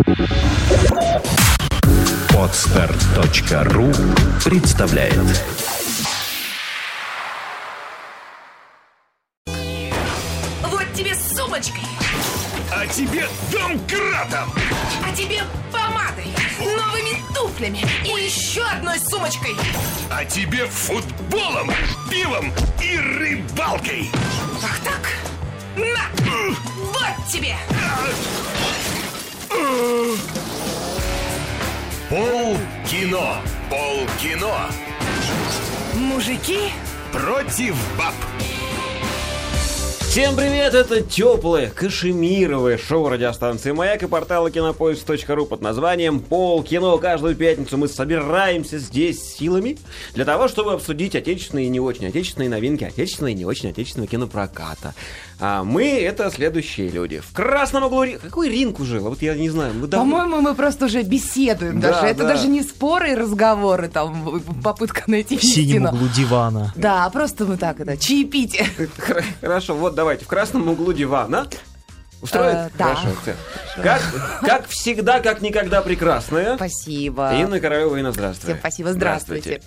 Podster.ru представляет. Вот тебе с сумочкой. А тебе домкратом. А тебе помадой, новыми туфлями и еще одной сумочкой. А тебе футболом, пивом и рыбалкой. Ах так? На! Вот тебе! Полкино. Полкино. Мужики Против баб. Всем привет, это теплое, кашемировое шоу радиостанции «Маяк» и портала кинопоиск.ру под названием «Полкино». Каждую пятницу мы собираемся здесь силами для того, чтобы обсудить отечественные и не очень отечественные новинки отечественного и не очень отечественного кинопроката. А мы — это следующие люди. В красном углу... Какой ринг уже? Вот я не знаю. По-моему, мы просто уже беседуем даже. Это даже не споры и разговоры, там, попытка найти в синем углу дивана. Да, просто мы так, чаепитие. Хорошо, вот давайте, в красном углу дивана. Устроит? Да. Хорошо. Как всегда, как никогда прекрасная. Спасибо. Инна Королева. Инна, здравствуйте. Всем спасибо, здравствуйте.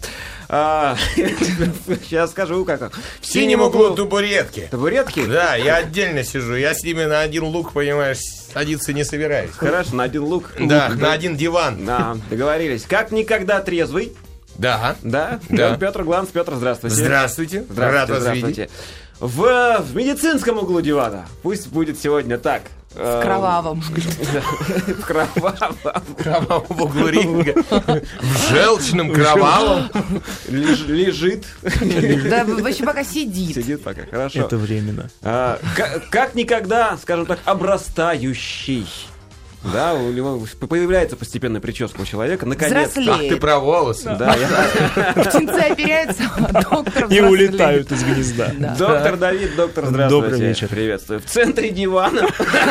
Сейчас скажу, как. В синем углу табуретки. Табуретки? Да, я отдельно сижу. Я с ними на один лук, понимаешь, садиться не собираюсь. Хорошо, на один лук. Да, на один диван. Да, договорились. Как никогда трезвый. Да. Да? Петр Гланц. Петр, здравствуйте. Здравствуйте. Рад вас видеть. В медицинском углу дивана. Пусть будет сегодня так. В кровавом. В кровавом. Кровавом углу ринга. В желчном кровавом. Лежит. Да, вообще пока сидит. Сидит пока, хорошо. Это временно. Как никогда, скажем так, обрастающий. Да, у него появляется постепенно прическа у человека, наконец-то. Взрослеет. Ах ты про волосы. Да, Птенцы оперяются, а доктор И взрослеет. улетают из гнезда. Да. Доктор Давид, доктор, здравствуйте. Добрый вечер. Приветствую. В центре дивана.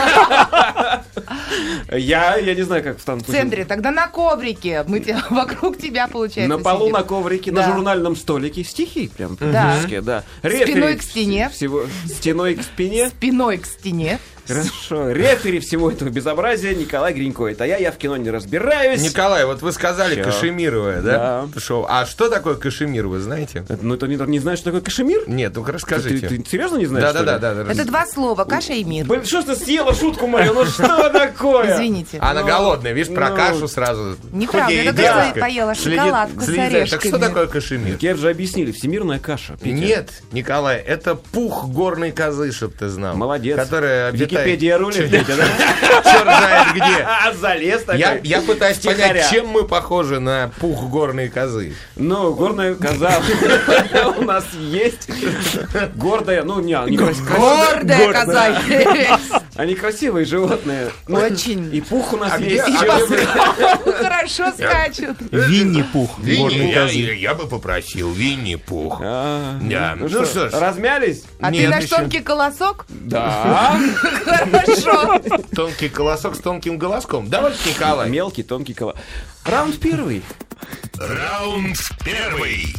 Я не знаю, как встану. В центре, тогда на коврике. Вокруг тебя, получается, На полу, сидим. на коврике, на журнальном столике. Стихи прям практически, да. Спиной к стене. Стеной к спине. Спиной к стене. Хорошо. Рефери всего этого безобразия Николай Гринько. Это я в кино не разбираюсь. Николай, вот вы сказали Чё? кашемировое, да? Да. Шоу. А что такое кашемир, вы знаете? Ну, это не знаешь, что такое кашемир? Нет, ну-ка расскажите. Ты серьезно не знаешь? что ли? Да. Это два слова. Каша и мир. Блин, что ж ты съела шутку мою? Ну что такое? Извините. Она голодная, видишь, про кашу сразу. Неправда, Худеет я девушка. только поела шоколадку с Так орешками. что такое кашемир? Я же объяснили, всемирная каша. Петя. Нет, Николай, это пух горной козы, чтоб ты знал. Молодец. Которая обитает... Википедия рулит, Петя, да? Черт знает где. Залез такой. Я пытаюсь Втихаря. понять, чем мы похожи на пух горной козы. Ну, горная коза у нас есть. Гордая, ну, не красивая. Гордая коза есть. Они красивые животные. Очень. И пух у нас А есть. где- Хорошо скачут. Винни-Пух, горной козы. Я бы попросил Винни-Пух. А, Да. ну Ну что что ж. размялись? А ты Нет, наш еще. тонкий колосок? Да. Хорошо. Тонкий колосок с тонким голоском. Давайте, Николай. Мелкий, тонкий коло. Раунд первый. Раунд первый.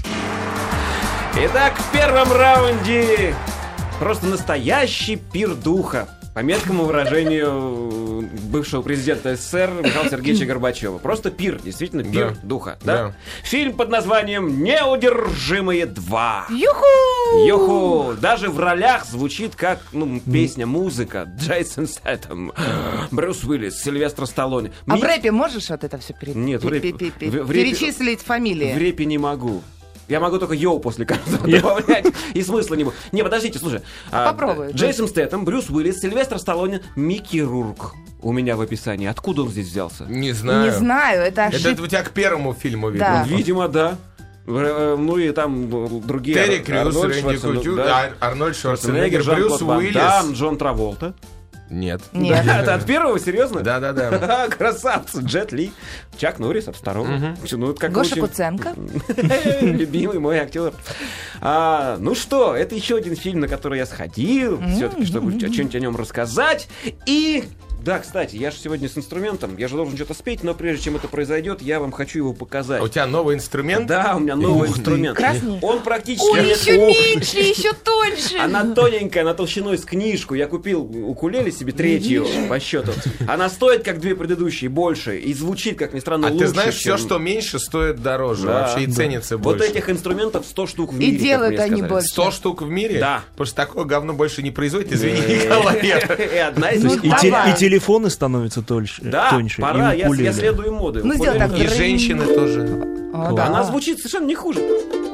Итак, в первом раунде просто настоящий пир духа. По меткому выражению бывшего президента СССР Михаила Сергеевича Горбачева. Просто пир, действительно пир Да. духа. Да. Да? Фильм под названием «Неудержимые 2». Юху! Юху! Даже в ролях звучит как песня, музыка. Джейсон Стэтхэм, Брюс Уиллис, Сильвестр Сталлоне. А в рэпе можешь вот это все Нет, в рэпе- в рэпе- перечислить фамилии? В репе не могу. Я могу только йоу после каждого добавлять, и смысла не будет. Не, подождите, слушай. Попробуй. Джейсон Стэттем, Брюс Уиллис, Сильвестр Сталлоне, Микки Рурк. У меня в описании. Откуда он здесь взялся? Не знаю. Не знаю, это Это ошибка. у тебя к первому фильму видно. Да. Видимо, да. Ну и там другие. Терри Крюс, Арнольд Рэнди Шварценеггер, Кутюр, да. Арнольд Шварценеггер, Шварценеггер, Брюс Жан-Клод Ван Уиллис. Дамм, Джон Траволта. Нет. Нет. Это от первого, серьезно? Да. Красавцы. Джет Ли, Чак Норрис от второго. Ну, это как Гоша очень- Куценко. Любимый мой актер. Ну что, это еще один фильм, на который я сходил, все-таки, чтобы что-нибудь о нем рассказать. И Да, кстати, я же сегодня с инструментом, я же должен что-то спеть, но прежде чем это произойдет, я вам хочу его показать. У тебя новый инструмент? Да, у меня новый инструмент. Красный? Он практически... Ой, еще меньше, еще тоньше. Она тоненькая, она толщиной с книжку. Я купил укулеле себе третью по счету. Она стоит, как две предыдущие, больше. И звучит, как ни странно, А лучше, ты знаешь, чем... все, что меньше, стоит дороже. Да. Вообще и ценится Вот больше. этих инструментов 100 штук в И мире, как делают мне они сказали. больше. 100 штук в мире? Да. Потому что такое говно больше не производит, извини, Николай. И одна из них... И Давай. телефоны становятся тоньше. Да, тоньше, пора, и я укулеле. следую моды. Ну, сделай так. И женщины тоже. О, да. Она звучит совершенно не хуже.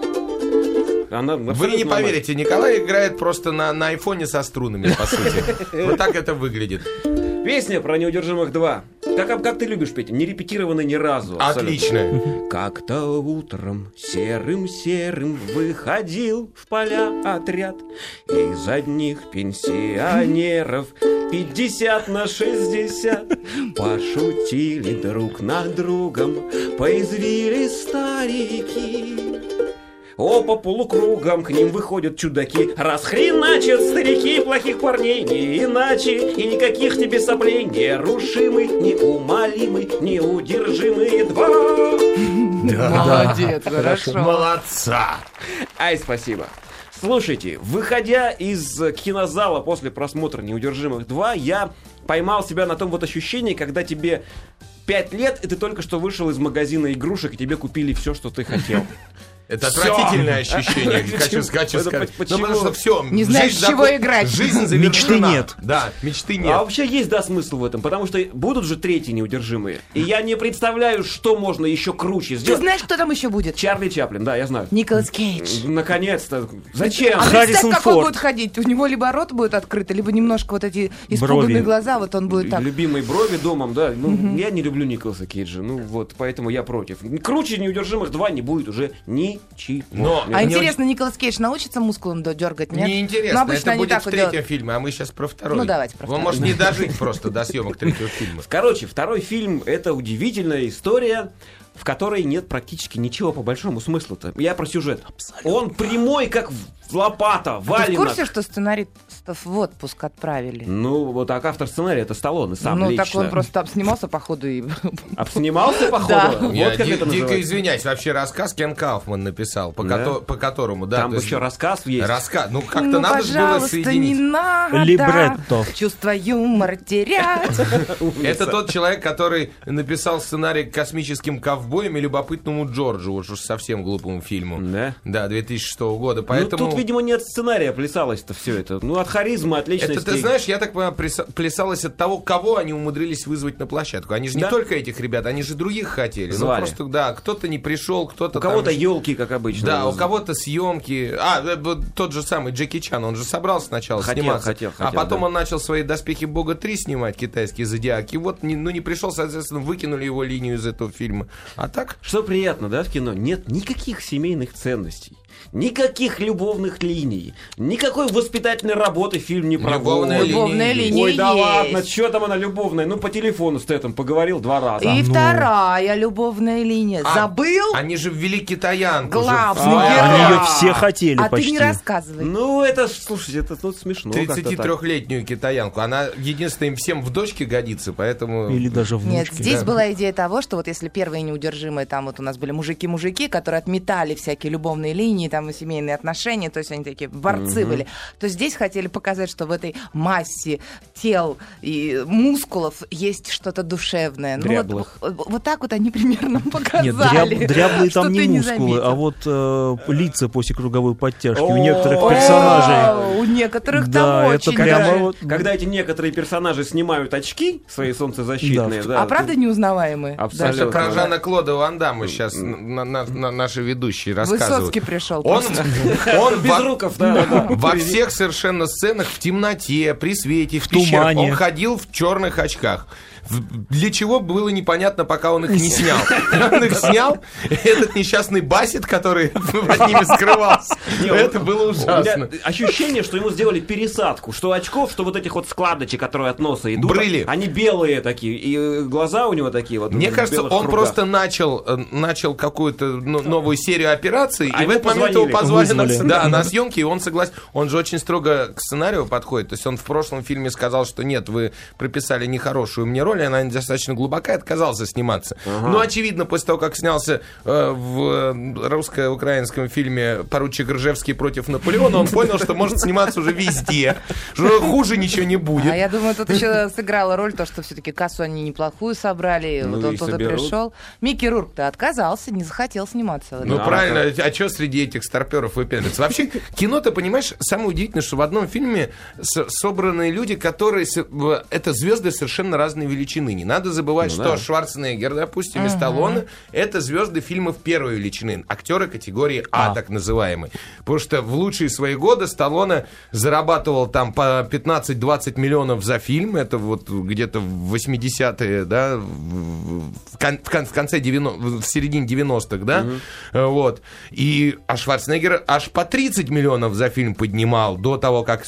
Она Вы абсолютно не нормальная. поверите, Николай играет просто на айфоне со струнами, по сути. Вот так это выглядит. Песня про неудержимых 2. Как ты любишь петь? Не репетированы ни разу. абсолютно. Отлично. Как-то утром серым-серым выходил в поля отряд. Из одних пенсионеров 50 на 60 пошутили друг над другом, поязвили старики. Опа, полукругом к ним выходят чудаки, расхреначат старики плохих парней, не иначе, и никаких тебе соплей, нерушимый, неумолимый, неудержимые 2. Молодец, хорошо. Молодца. Ай, спасибо. Слушайте, выходя из кинозала после просмотра «Неудержимых 2», я поймал себя на том вот ощущении, когда тебе 5 лет, и ты только что вышел из магазина игрушек, и тебе купили все, что ты хотел. Это Всё. отвратительное ощущение, хочу сказать. Это Ну, почему? потому что все. Не знаешь, с чего играть. Жизнь завершена. Мечты нет. Да, мечты А нет. вообще есть, да, смысл в этом, потому что будут же третьи неудержимые. И я не представляю, что можно еще круче Ты сделать. знаешь, кто там еще будет? Чарли Чаплин, да, я знаю. Николас Кейдж. Наконец-то. Зачем? А Харрисон представь, как он Форд. будет ходить. У него либо рот будет открыт, либо немножко вот эти испуганные Брови. глаза, вот он будет так. Любимые брови домом, да. Ну, я не люблю Николаса Кейджа, ну вот, поэтому я против. Круче «Неудержимых 2» не будет уже ничего. Но А мне интересно, Николас Кейдж научится мускулом дергать, нет? неинтересно. Ну, обычно Это они будет так в вот третьем делают. фильме, а мы сейчас про второй. Ну, давайте про Он второй. может не дожить просто до съемок третьего фильма. Короче, второй фильм — это удивительная история, в которой нет практически ничего по большому смыслу-то. Я про сюжет. Он прямой, как лопата, Ты в валенок. курсе, что сценаристов в отпуск отправили? Ну, вот так автор сценария — это Сталлоне сам Ну, лично. так он просто обснимался, походу, и... Обснимался, походу? Да. Вот Я как это дико называется. извиняюсь, вообще рассказ Кен Кауфман написал, по Да? которому, да. Там то есть еще рассказ есть. Рассказ, ну как-то Ну, надо же было пожалуйста, не соединить. надо. Либретто. Чувство юмора терять. Это тот человек, который написал сценарий к «Космическим ковбоям» и «Любопытному Джорджу», вот уж совсем глупому фильму. Да? Да, 2006 года. Поэтому... Ну, тут, видимо, не от сценария плясалось-то все это. Ну, от харизмы, от личности. Это, ты знаешь, я так понимаю, плясалось от того, кого они умудрились вызвать на площадку. Они же не Да? только этих ребят, они же других хотели. Звали. Ну, просто, да, кто-то не пришел, кто-то У кого-то там... елки, как обычно. Да, у кого-то съемки. Вот тот же самый Джеки Чан, он же собрался сначала Хотел, сниматься. хотел, а потом да. он начал свои «Доспехи Бога 3» снимать, китайский «Зодиак». И вот, не пришел, соответственно, выкинули его линию из этого фильма. А так... Что приятно, да, в кино? Нет никаких семейных ценностей. Никаких любовных линий. Никакой воспитательной работы фильм не Любовная проводит. Любовная линия Ой, да есть. ладно, что там она любовная? Ну, по телефону с Тетом поговорил 2 раза. И вторая любовная линия. Забыл? Они же ввели китаянку. Главный же. герой. Они ее все хотели А ты почти. не рассказывай. Ну, это, слушайте, это ну, смешно. как-то так. 33-летнюю китаянку. Она единственная им всем в дочке годится, поэтому... Или даже Нет, внучки. здесь да. была идея того, что вот если первые неудержимые, там вот у нас были мужики-мужики, которые отметали всякие любовные линии, там и семейные отношения, то есть они такие борцы были, то здесь хотели показать, что в этой массе тел и мускулов есть что-то душевное. Ну, Дряблых. вот так вот они примерно Нет, показали. дряблые что там ты не не мускулы, заметил. а вот лица после круговой подтяжки. У О, некоторых О, персонажей. у некоторых Да, там это очень. прямо даже. вот- Когда эти некоторые персонажи снимают очки, свои солнцезащитные, да. А правда неузнаваемые? Абсолютно. Это про Да. Жана Клода Ван Дамма сейчас наши ведущие рассказывают. Высоцкий пришел. Он Без руков, да. во всех совершенно сценах в темноте, при свете, в пещерах. тумане. Он ходил в черных очках. Для чего было непонятно, пока он их не снял. Он их снял, этот несчастный Бассет, который под ними скрывался. Это было ужасно. У меня ощущение, что ему сделали пересадку, что очков, что вот этих вот складочек, которые от носа идут, Брыли. они белые такие, и глаза у него такие вот. Мне в кажется, белых он кругах. просто начал какую-то новую серию операций, А и в ему этот момент его позвали Вызвали. на съемки, и он согласен. Он же очень строго к сценарию подходит. То есть он в прошлом фильме сказал, что нет, вы прописали нехорошую мне роль, она недостаточно глубокая, отказался сниматься. Но, очевидно, после того, как снялся в русско-украинском фильме «Поручик Ржевский против Наполеона», он понял, что может сниматься уже везде, что хуже ничего не будет. А я думаю, тут еще сыграла роль то, что все-таки кассу они неплохую собрали. Ну вот он и туда соберут. пришел. Микки Рурк-то отказался, не захотел сниматься. Ну, Да, правильно, а что среди этих старперов выпендриваться? Вообще, кино, ты понимаешь, самое удивительное, что в одном фильме собраны люди, которые... Это звезды совершенно разной величины. Не надо забывать, что Шварценеггер, допустим, и Сталлоне — это звезды фильмов первой величины. Актеры категории А, так называемые. Потому что в лучшие свои годы Сталлоне зарабатывал там по 15-20 миллионов за фильм. Это вот где-то в 80-е, да, в конце 90-х, в середине 90-х, да, вот. А Шварценеггер аж по 30 миллионов за фильм поднимал до того, как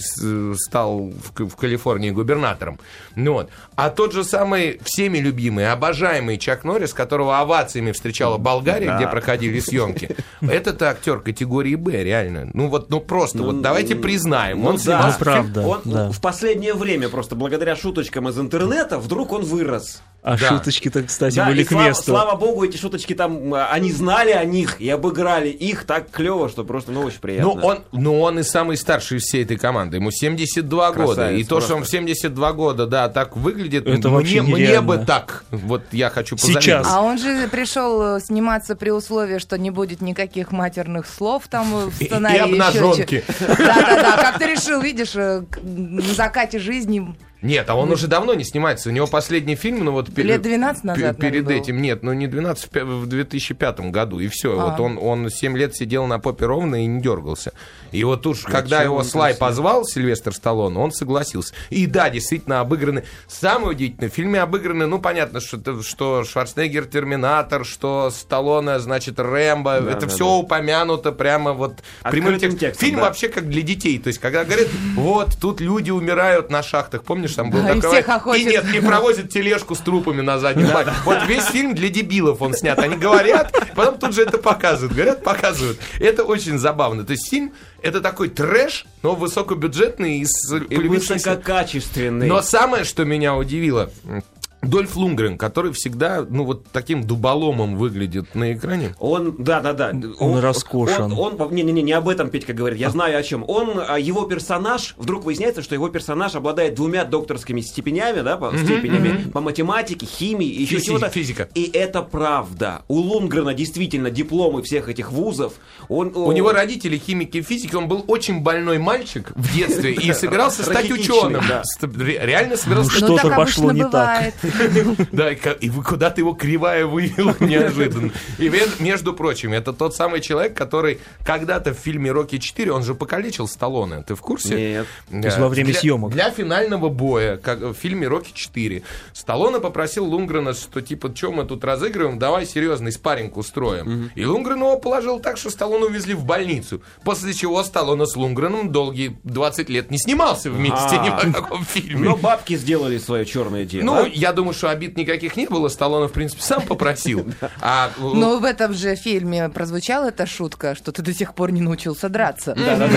стал в Калифорнии губернатором. Ну, вот. А тот же самый всеми любимый, обожаемый Чак Норрис, которого овациями встречала Болгария, где проходили съемки, это-то актер категории Б, реально. Ну вот, просто вот давайте признаем. Он снимался в фильме. правда. Он Да. в последнее время просто благодаря шуточкам из интернета вдруг он вырос. А Да. шуточки-то, кстати, Да, были и к месту. слава богу, эти шуточки там, они знали о них и обыграли их так клево, что просто, очень приятно. Он и самый старший из всей этой команды. Ему 72 года. Красавец, И то, что просто. он в 72 года, да, так выглядит, Это вообще мне нереально. бы так. Вот я хочу позаметить. Сейчас. А он же пришел сниматься при условии, что не будет никаких матерных слов там в сценарии. И обнаженки. Да. Как ты решил, видишь, на закате жизни. Нет, а он уже давно не снимается. У него последний фильм, ну вот... Лет 12 назад, Перед наверное, был. этим, нет, ну не 12, в 2005 году, и все. А. Вот он 7 лет сидел на попе ровно и не дергался. И вот уж, когда чем его он Слай красив. позвал, Сильвестр Сталлоне, он согласился. И да, действительно обыграны. Самое удивительное, в фильме обыграны, ну понятно, что Шварценеггер Терминатор, что Сталлоне, значит, Рэмбо. Это все упомянуто прямо вот прямым Открытым текстом, Фильм да. вообще как для детей. То есть, когда говорят, вот, тут люди умирают на шахтах. Помнишь, там был Да, и такой... всех охотят. И нет, и провозят тележку с трупами на заднем плане. Вот весь фильм для дебилов он снят. Они говорят, потом тут же это показывают. Говорят, показывают. Это очень забавно. То есть фильм — это такой трэш, но высокобюджетный и с И полюбившимся. высококачественный. Но самое, что меня удивило... Дольф Лундгрен, который всегда, ну, вот таким дуболомом выглядит на экране. Он, да. Он роскошен. Не об этом Петька говорит, я знаю о чем. Его персонаж, вдруг выясняется, что его персонаж обладает 2 докторскими степенями, да, степенями по математике, химии и еще чего-то. Физика. И это правда. У Лундгрена действительно дипломы всех этих вузов. У него родители химики и физики, он был очень больной мальчик в детстве и собирался стать Рахитичный, ученым. да. Реально собирался стать Что-то так пошло обычно не так. бывает. Да, и куда-то его кривая вывела неожиданно. И, между прочим, это тот самый человек, который когда-то в фильме «Рокки 4», он же покалечил Сталлоне. Ты в курсе? Нет. То есть во время съемок. Для финального боя, как в фильме «Рокки 4», Сталлоне попросил Лундгрена, что типа, что мы тут разыгрываем, давай серьезный спарринг устроим. И Лундгрен его положил так, что Сталлоне увезли в больницу. После чего Сталлоне с Лундгреном долгие 20 лет не снимался вместе ни в каком фильме. Но бабки сделали свое черное дело. Ну, я думаю, что обид никаких не было. Сталлоне, в принципе, сам попросил. Но в этом же фильме прозвучала эта шутка, что ты до сих пор не научился драться.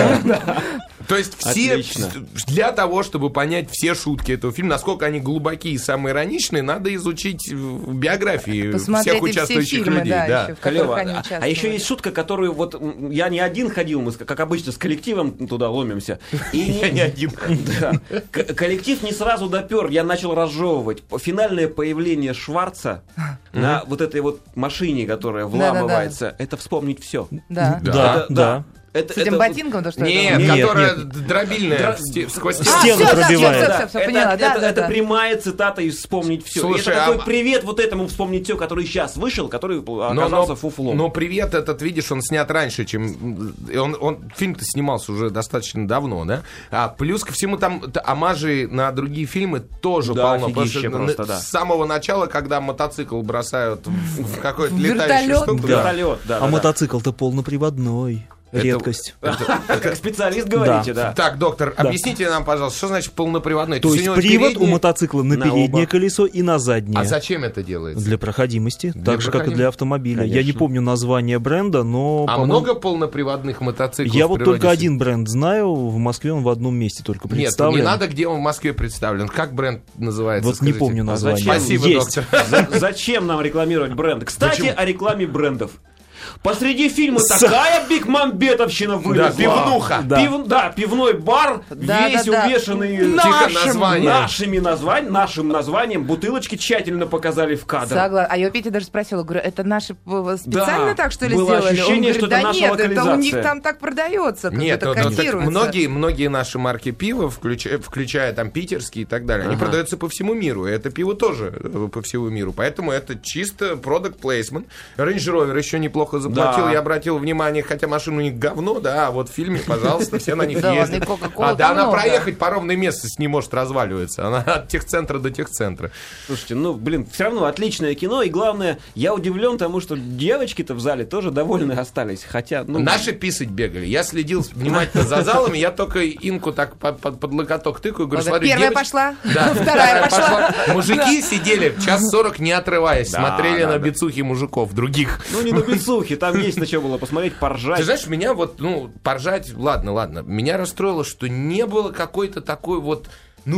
То есть все, Отлично. для того, чтобы понять все шутки этого фильма, насколько они глубокие и самоироничные, надо изучить биографии Посмотреть всех и все участвующих фильмы, людей. да, Да. еще, в которых Клево. они А участвовали. еще есть шутка, которую вот я не один ходил, мы, как обычно, с коллективом туда ломимся. И Я не один. Да. Коллектив не сразу допер, я начал разжевывать. Финальное появление Шварца на вот этой вот машине, которая вламывается, это вспомнить все. Да. Да. С этим ботинком, то что Нет, Нет, которая нет. дробильная сквозь Стену всё, пробивает. всё, поняла. Это прямая цитата из «Вспомнить все». Слушай, это такой привет вот этому «Вспомнить все», который сейчас вышел, который оказался фуфлом. Но привет этот, видишь, он снят раньше, чем... Фильм-то снимался уже достаточно давно, да? А плюс ко всему там омажи на другие фильмы тоже Да, полно. офигище Потому что просто, да. с самого начала, когда мотоцикл бросают в какой-то В летающий вертолет. штуку... Да. Вертолет, да. А мотоцикл-то полноприводной. Редкость. Как специалист говорите, да. Так, доктор, объясните нам, пожалуйста, что значит полноприводной? То есть есть у него привод у передний- мотоцикла на на переднее оба. колесо и на заднее. А зачем это делается? Для проходимости, так же, как и проходимости. для автомобиля. Я не Конечно. помню название бренда, но... А по-моему, много полноприводных мотоциклов Я в вот природе только один бренд знаю, в Москве он в одном месте только Нет, представлен. не надо, где он в Москве представлен. Как бренд называется? Вот не скажите? помню название. зачем? Спасибо, Есть. доктор. Зачем нам рекламировать бренд? Кстати, Почему? о рекламе брендов. Посреди фильма такая бигмамбетовщина вылезла. Да, пивнуха. Да. Пивной бар, Да, весь да, да. увешанный нашим названием. Бутылочки тщательно показали в кадр. Согласна. А я у Пети даже спросила, говорю, это наши специально Да, так, что ли, было сделали? ощущение, Он что говорит, это да наша нет, это у них локализация. там так продается, как Нет, это ну, так кодируется. многие наши марки пива, включая там питерские и так далее, они продаются по всему миру. И это пиво тоже по всему миру. Поэтому это чисто product placement. Range Rover еще неплохо заплатил. Да. Я обратил внимание, хотя машина у них говно, да, а вот в фильме, пожалуйста, все на них Да ладно, ездят. и Coca-Cola Да, там она много. проехать по ровной местности не может разваливаться. Она от техцентра до техцентра. Слушайте, все равно отличное кино. И главное, я удивлен тому, что девочки-то в зале тоже довольны остались. Хотя, Наши писать бегали. Я следил внимательно за залами, я только Инку так под локоток тыкаю, говорю, Вот смотри, первая девочки- пошла, Да, вторая пошла. Мужики сидели час 40 не отрываясь, Да, смотрели да, на да. бицухи мужиков других. не на бицухе, там есть на что было посмотреть, поржать. Ты знаешь, меня вот, поржать, ладно, меня расстроило, что не было какой-то такой вот,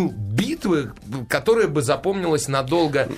битвы, которая бы запомнилась надолго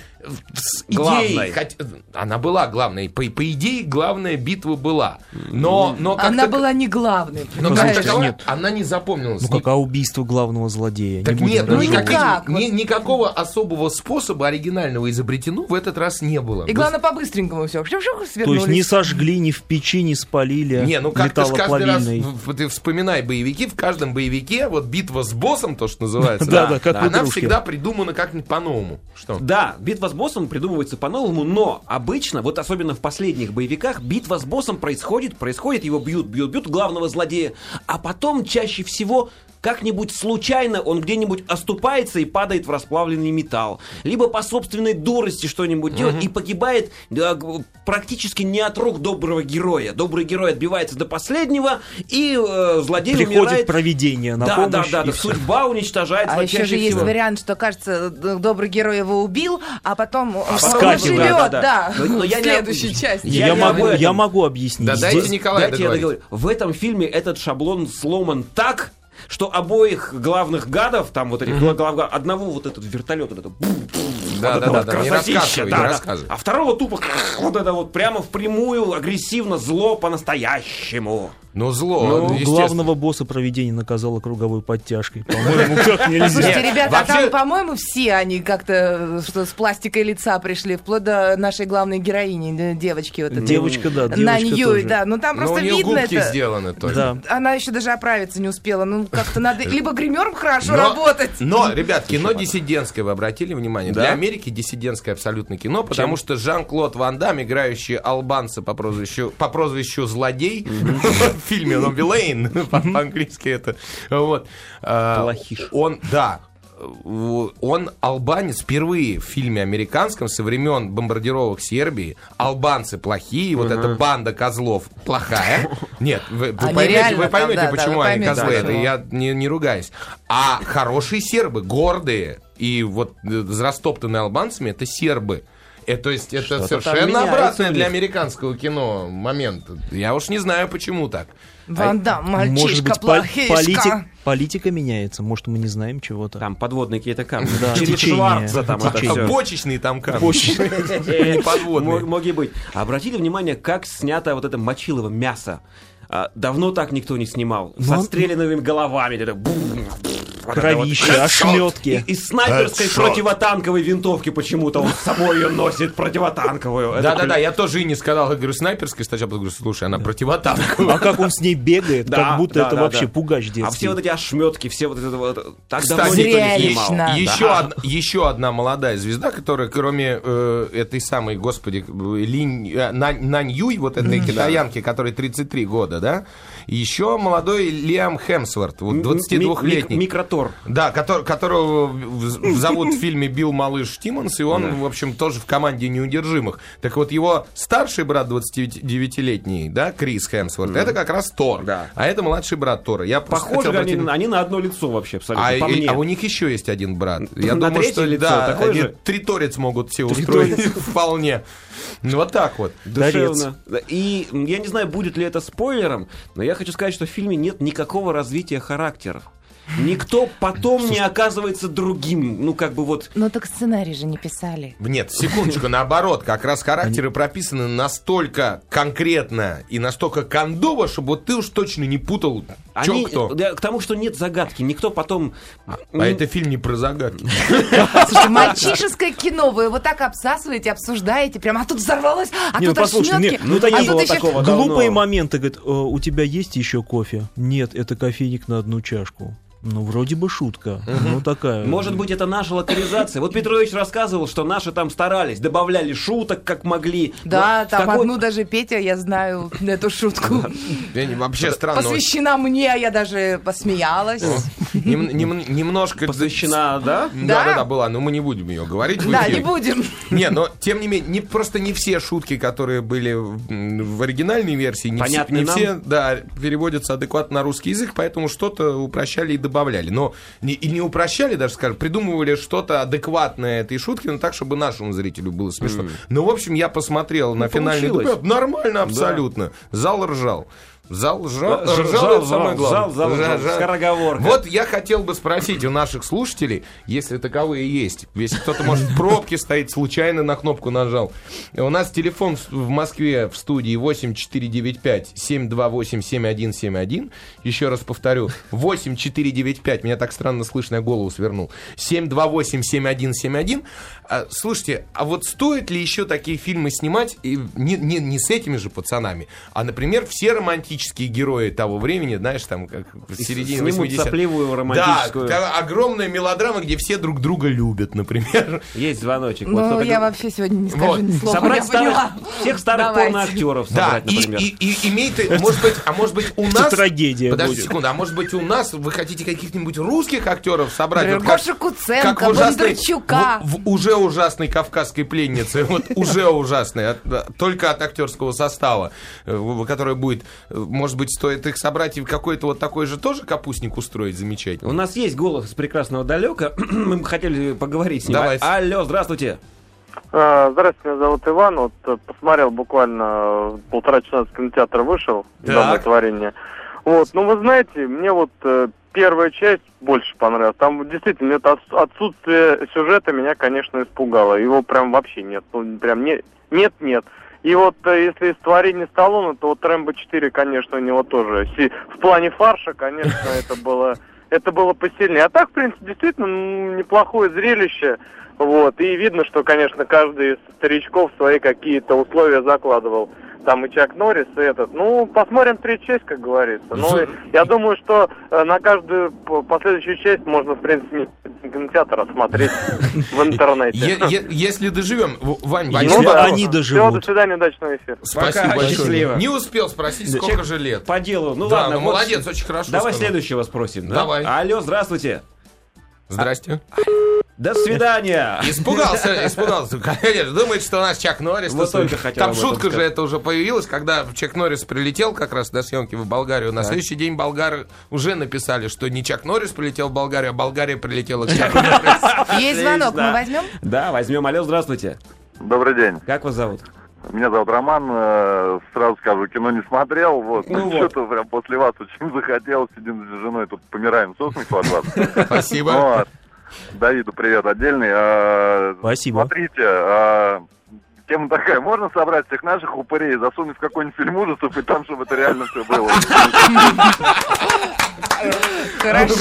с идеей. Главной. Она была главной. По идее, главная битва была. Но как-то... Она была не главной. Но понимаешь? как таковая, нет. она не запомнилась. Ну, как убийство главного злодея. Так Не будем нет, говорить. никак. никакого особого способа оригинального изобретено в этот раз не было. И главное, по-быстренькому все. То есть не сожгли, не в печи, не спалили Не, как-то ж каждый раз, металлоплавильной. ты вспоминай боевики, в каждом боевике, вот битва с боссом, то, что называется, Да, как в она игрушке. всегда придумана как-нибудь по-новому. Что? Да, битва с боссом придумывается по-новому, но обычно, вот особенно в последних боевиках, битва с боссом происходит, его бьют главного злодея, а потом чаще всего как-нибудь случайно он где-нибудь оступается и падает в расплавленный металл. Либо по собственной дурости что-нибудь делает и погибает практически не от рук доброго героя. Добрый герой отбивается до последнего, и злодей Приходит умирает. провидение на Да, помощь. да, и всё. судьба уничтожает. А еще же есть вариант, что, кажется, добрый герой его убил, а потом он вскакивает. живет, Да. да, Но я в не- следующей части. Я могу объяснить. Да, Здесь- дайте Николаю Дайте я договорить. договорю. В этом фильме этот шаблон сломан так, что обоих главных гадов, там вот этих одного вот этот вертолет, вот это, Да, вот это вот не красотища, рассказывай, да, не да. рассказывай. А второго тупо вот это вот прямо впрямую, агрессивно, зло по-настоящему. Ну, зло, Ну, естественно. главного босса провидение наказало круговой подтяжкой. По-моему, как нельзя. Слушайте, ребята, а вообще- там, по-моему, все они как-то что, с пластикой лица пришли, вплоть до нашей главной героини, девочки. Вот этой. Девочка, да, На девочка Ньюи, тоже. да. Ну там Но у просто нее видно губки это. сделаны только. Да. Она еще даже оправиться не успела. Ну, как-то надо либо гримером хорошо Но- работать. Но, ребят, кино диссидентское, вы обратили внимание? Да? Для Америки диссидентское абсолютно кино, потому что Жан-Клод Ван Дам, играющий албанца по прозвищу Злодей, в фильме «No Villain», по-английски это, вот. Плохиш. Он албанец впервые в фильме американском со времен бомбардировок Сербии. Албанцы плохие, вот эта банда козлов плохая. Нет, вы Они поймете, реально там, вы да, почему вы они поймете, козлы. Это почему. я не ругаюсь. А хорошие сербы, гордые и вот растоптанные албанцами, это сербы. То есть это Что-то там совершенно меняется обратный у для них. американского кино момент. Я уж не знаю, почему так. Ван Дам, Может мальчишка, быть, плохишка. политика меняется. Может, мы не знаем чего-то. Там подводные какие-то камни. Да, Через течение. Шварца там это Течение. все. Бочечные там камни. Не подводные. Могли быть. Обратили внимание, как снято вот это мочилово мясо. Давно так никто не снимал. Со Ну, стрелянными головами. Это вот Кровища, ошметки. Из снайперской Headshot. противотанковой винтовки почему-то он с собой ее носит, противотанковую. Это Да-да-да, я тоже и не сказал, я говорю, снайперской, сначала говорю, слушай, она противотанковая. А как он с ней бегает, Да, как будто да, это да, вообще да. пугач А детский. все вот эти ошметки, все вот это вот... Так Кстати, давно никто не зрелищно. снимал. Еще одна молодая звезда, которая, кроме этой самой, господи, Нань Юй, вот этой китаянки, которой 33 года, да, еще молодой Лиам Хемсворт, вот 22-летний. Микротор. Да, которого зовут в фильме Билл Малыш Тиммонс, и он, в общем, тоже в команде неудержимых. Так вот, его старший брат 29-летний, да, Крис Хемсворт, это как раз Тор. Да. А это младший брат Тора. Я просто Похожи хотел обратить- они на одно лицо вообще абсолютно, по мне. а у них еще есть один брат. Я На думаю, третье что лицо да, такое они же? триторец могут все устроить вполне. Ну, вот так вот. Душевно. И я не знаю, будет ли это спойлером, но я хочу сказать, что в фильме нет никакого развития характеров. Никто потом не оказывается другим. Ну, как бы вот... Ну так сценарий же не писали. Нет, секундочку, наоборот, как раз характеры прописаны настолько конкретно и настолько кондово, чтобы вот ты уж точно не путал, чё кто. Да, к тому, что нет загадки. Никто потом... А это фильм не про загадки. Слушайте, мальчишеское кино, вы его так обсасываете, обсуждаете, прям, а тут взорвалось, а Не, тут ну послушай, ошметки, не, ну, а не тут было еще... такого. Глупые давно. моменты, говорит, у тебя есть еще кофе? Нет, это кофейник на одну чашку. Ну, вроде бы шутка. Ну, такая. Может быть, это наша локализация. Вот Петрович рассказывал, что наши там старались, добавляли шуток, как могли. Да, Но в там какой- одну даже Петя, я знаю эту шутку. Вообще странно. Посвящена мне, а я даже посмеялась. Немножко... Посвящена, да? Да, была, но мы не будем ее говорить. в Да, эфире. не будем. Не, но тем не менее, просто не все шутки, которые были в оригинальной версии, не Понятны нам. все, да, переводятся адекватно на русский язык, поэтому что-то упрощали и добавляли. Но не упрощали, даже, скажем, придумывали что-то адекватное этой шутки, но так, чтобы нашему зрителю было смешно. Ну, в общем, я посмотрел на финальный получилось. дубль. Нормально абсолютно. Зал ржал. Зал ржал, это самое главное. Зал, скороговорка. Вот я хотел бы спросить у наших слушателей, если таковые есть, если кто-то, может, в пробке стоит, случайно на кнопку нажал. У нас телефон в Москве в студии 8495-728-7171. Еще раз повторю, 8495, меня так странно слышно, я голову свернул. 728-7171. Слушайте, а вот стоит ли еще такие фильмы снимать, и не с этими же пацанами, а, например, все романтические герои того времени, знаешь, там, как в середине Снимут 80-х. сопливую романтическую... Да, огромная мелодрама, где все друг друга любят, например. Есть звоночек. Вот Ну, кто-то я говорит, вообще сегодня не скажу Вот. ни слова. собрать я поняла. всех старых Давайте. порноактеров Да, собрать, например. и имеет, может быть, у Это нас... трагедия Подожди будет. секунду, а может быть, у нас вы хотите каких-нибудь русских актеров собрать? Например, Вот как- Гошу Куценко, как в ужасной- Бондарчука. в уже ужасной кавказской пленнице, вот уже ужасной, только от актерского состава, который будет, может быть, стоит их собрать и какой-то вот такой же тоже капустник устроить замечательный. У нас есть голос из прекрасного далека. Мы бы хотели поговорить с ним. Давайте. Алло, здравствуйте. Здравствуйте, меня зовут Иван. Вот посмотрел буквально 1,5 часа с кинотеатра вышел. Так. «Данное творение». Вот, ну вы знаете, мне вот первая часть больше понравилась. Там действительно это отсутствие сюжета меня, конечно, испугало. Его прям вообще нет. Ну, прям нет. И вот если из творений Сталлоне, то вот «Рэмбо 4», конечно, у него тоже. В плане фарша, конечно, это было посильнее. А так, в принципе, действительно неплохое зрелище. Вот. И видно, что, конечно, каждый из старичков свои какие-то условия закладывал. Там и Чак Норрис, и этот. Ну, посмотрим третью часть, как говорится. Ну, я думаю, что на каждую последующую часть можно, в принципе, кинотеатр смотреть в интернете. Если доживем, Вань, Если Ну да. они Все, доживут. до свидания, удачного эфира. спасибо Пока, большое. счастливо. Не успел спросить, сколько же лет. По делу. Ну Да, ладно. ну вот молодец, очень хорошо Давай сказал. следующего спросим. да? Давай. Алло, здравствуйте. Здрасте. До свидания. Испугался. Конечно, думает, что у нас Чак Норрис. Вот только хотел Там об этом шутка же сказать. это уже появилась, когда Чак Норрис прилетел как раз на съемки в Болгарию. На следующий день болгары уже написали, что не Чак Норрис прилетел в Болгарию, а Болгария прилетела к Чаку Норрису. Есть звонок, мы Отлично. возьмем? Да, возьмем. Алло, здравствуйте. Добрый день. Как вас зовут? Меня зовут Роман. Сразу скажу, кино не смотрел. Вот. Ну вот. Что-то прям после вас очень захотелось. Сидим с женой, тут помираем со смеху от вас. Спасибо. Вот. Давиду привет отдельный. Спасибо. Смотрите, тема такая. Можно собрать всех наших упырей, засунуть в какой-нибудь фильм ужасов, и там, чтобы это реально все было. Хорошо.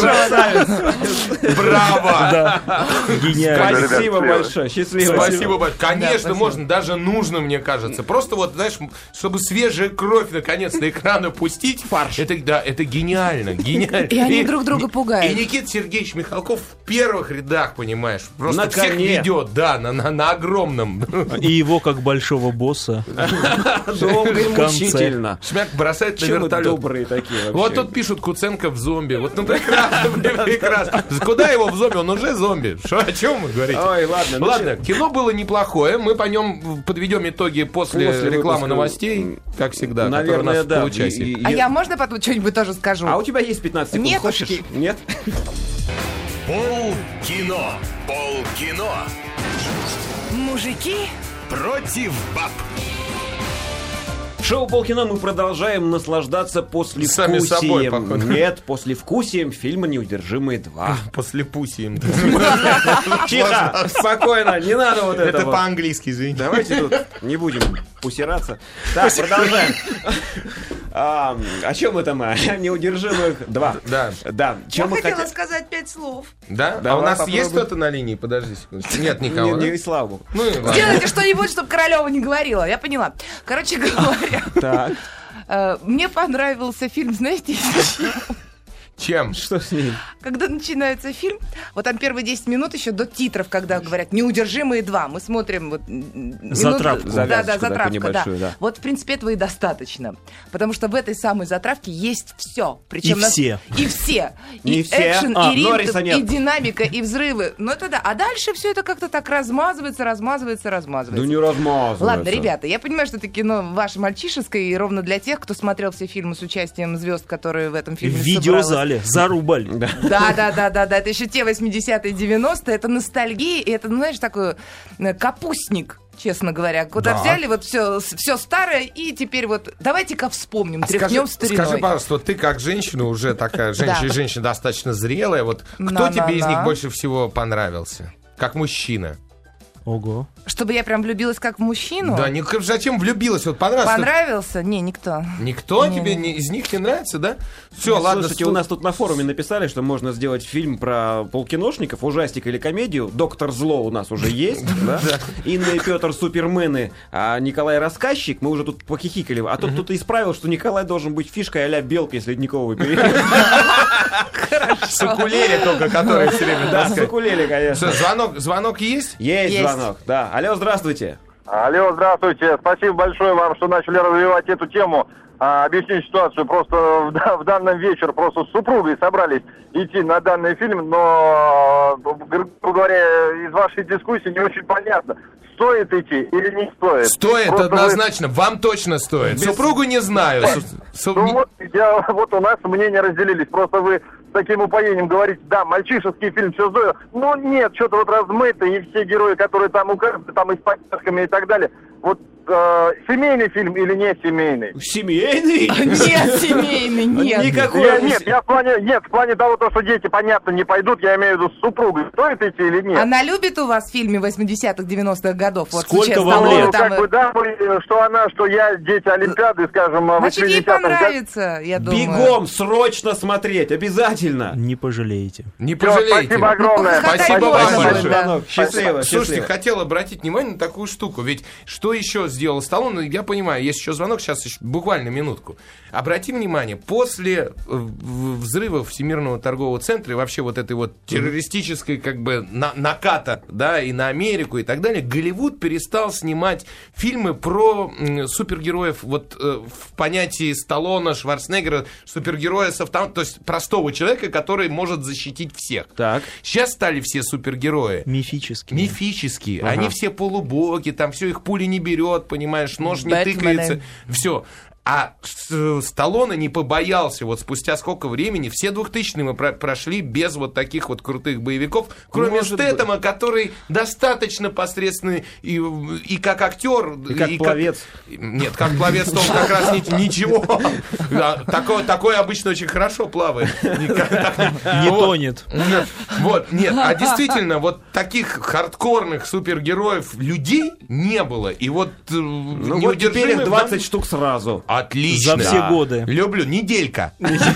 Браво! Гениально. Спасибо большое. Счастливо. Спасибо большое. Конечно, спасибо. можно, даже нужно, мне кажется. Просто вот, знаешь, чтобы свежая кровь наконец на экраны пустить. Фарш. Это гениально, гениально. И они друг друга пугают. И Никита Сергеевич Михалков в первых рядах, понимаешь, просто На всех коне. ведет, да, на огромном. И его как большого босса. Долго и В конце. мучительно. Шмяк бросает на Чем мы вертолет. добрые такие вообще. Вот тут пишут Куценко в зомби. Вот, ну прекрасно, прекрасно. Куда его в зомби? Он уже зомби. Что, о чем вы говорите? Ой, ладно. Ладно, кино было неплохое. Мы по нем подведем итоги после После рекламы выпуска. новостей, как всегда, которая у Наверное, нас в да. получасе. А я можно потом что-нибудь тоже скажу? А у тебя есть 15 секунд? Нетушки. Хочешь? Нет? Полкино. Полкино. Мужики Против баб. Шоу «Полкино» мы продолжаем наслаждаться послевкусием. Сами собой, походу. Нет, послевкусием фильма «Неудержимые 2». После пуси. Тихо, спокойно, не надо вот Это этого. по-английски, извини. Давайте тут не будем пусираться. Так, продолжаем. О чем это мы? О «Неудержимых 2». Да. Да. Я Чем мы хотела хотим? сказать 5 слов. Да? А Давай у нас попробуем. есть кто-то на линии? Подожди секундочку. Нет никого, да? Не, слава богу. Ну и ладно. Сделайте что-нибудь, чтобы Королева не говорила. Я поняла. Короче говоря, Так, мне понравился фильм, знаете, Чем? что с ним? когда начинается фильм, вот там первые 10 минут еще до титров, когда говорят «Неудержимые 2», мы смотрим вот Затравку. Да, Завязочку такую затравка, небольшую, да. Вот, в принципе, этого и достаточно. Потому что в этой самой затравке есть все. И все. И все. Не И все. экшен, А, и Норриса ритм, нет. и динамика, и взрывы. Ну это да. А дальше все это как-то так размазывается. Да не размазывается. Ладно, ребята, я понимаю, что это кино ваше мальчишеское, и ровно для тех, кто смотрел все фильмы с участием звезд, которые в этом В фильме видеозале зарубали. Да, это еще те 80-е, 90-е, это ностальгия, и это, ну, знаешь, такой капустник, честно говоря. Куда Да. взяли вот все старое, и теперь вот давайте-ка вспомним, тряхнем стариной. Скажи, пожалуйста, вот ты как женщина, уже такая женщина достаточно зрелая, вот кто На-на-на. тебе из них больше всего понравился? Как мужчина. Ого. Чтобы я прям влюбилась как в мужчину? Да, зачем влюбилась? Вот понравился? Понравился? Не, никто. Никто Не, тебе не. из них не нравится, да? Все, ладно. Слушайте, у нас тут на форуме написали, что можно сделать фильм про полкиношников, ужастик или комедию. «Доктор Зло» у нас уже есть, да? Инна и Петр супермены, а Николай рассказчик. Мы уже тут похихикали. А тут кто-то исправил, что Николай должен быть фишкой а-ля Белка из Ледникового периода. С укулеле только, который все время Да, с таскает. укулеле, конечно. Всё, звонок есть? Есть Есть. звонок, да. Алло, здравствуйте. Алло, здравствуйте. Спасибо большое вам, что начали развивать эту тему. Объясню ситуацию. Просто в данном вечер просто с супругой собрались идти на данный фильм, но, грубо говоря, из вашей дискуссии не очень понятно, стоит идти или не стоит. Стоит, Просто однозначно. Вам точно стоит. Супругу не знаю. Ну вот у нас мнения разделились. Просто вы с таким упоением говорите, да, мальчишеский фильм, все здорово. Ну нет, что-то вот размыто, и все герои, которые там указаны, там и с подсказками и так далее. Вот семейный фильм или не семейный? Семейный? Нет, семейный, нет. Никакой. В плане того, что дети, понятно, не пойдут, я имею в виду с супругой. Стоит идти или нет? Она любит у вас в фильме 80-х, 90-х годов? Вот Сколько сейчас вам Сталлоне лет? там, Как бы, да, что она, что я, дети Олимпиады, скажем, Значит, ей 80-х. понравится, я думаю. Бегом, срочно смотреть, обязательно. Не пожалеете. Не Всё, пожалейте. спасибо огромное. Ну, Спасибо можно вам было, большое. да. Звонок. Счастливо, Слушайте, счастливо. хотел обратить внимание на такую штуку. Ведь что еще сделал Сталлоне? Я понимаю, есть еще звонок, сейчас еще буквально минутку. Обрати внимание, после взрывов Всемирного торгового центра и вообще вот этой вот террористической как бы наката, да, и на Америку и так далее, Голливуд перестал снимать фильмы про супергероев вот в понятии Сталлоне, Шварценеггера, супергероя с автоматом, то есть простого человека, который может защитить всех. Так. Сейчас стали все супергерои Мифически. мифические. Ага. Они все полубоги, там все их пули не берет, понимаешь, нож не Бэтмены. тыкается. Все. А Сталлоне не побоялся, вот спустя сколько времени, все 2000-е мы прошли без вот таких вот крутых боевиков, кроме Может Стэтэма, который достаточно посредственный и как актер, И как пловец. Нет, как пловец, то он как раз ничего. Да, такой обычно очень хорошо плавает. Не Вот. тонет. Вот, нет, а действительно, вот таких хардкорных супергероев людей не было. И вот Ну вот теперь их 20 штук сразу. А Отлично. За все годы. Люблю. Неделька.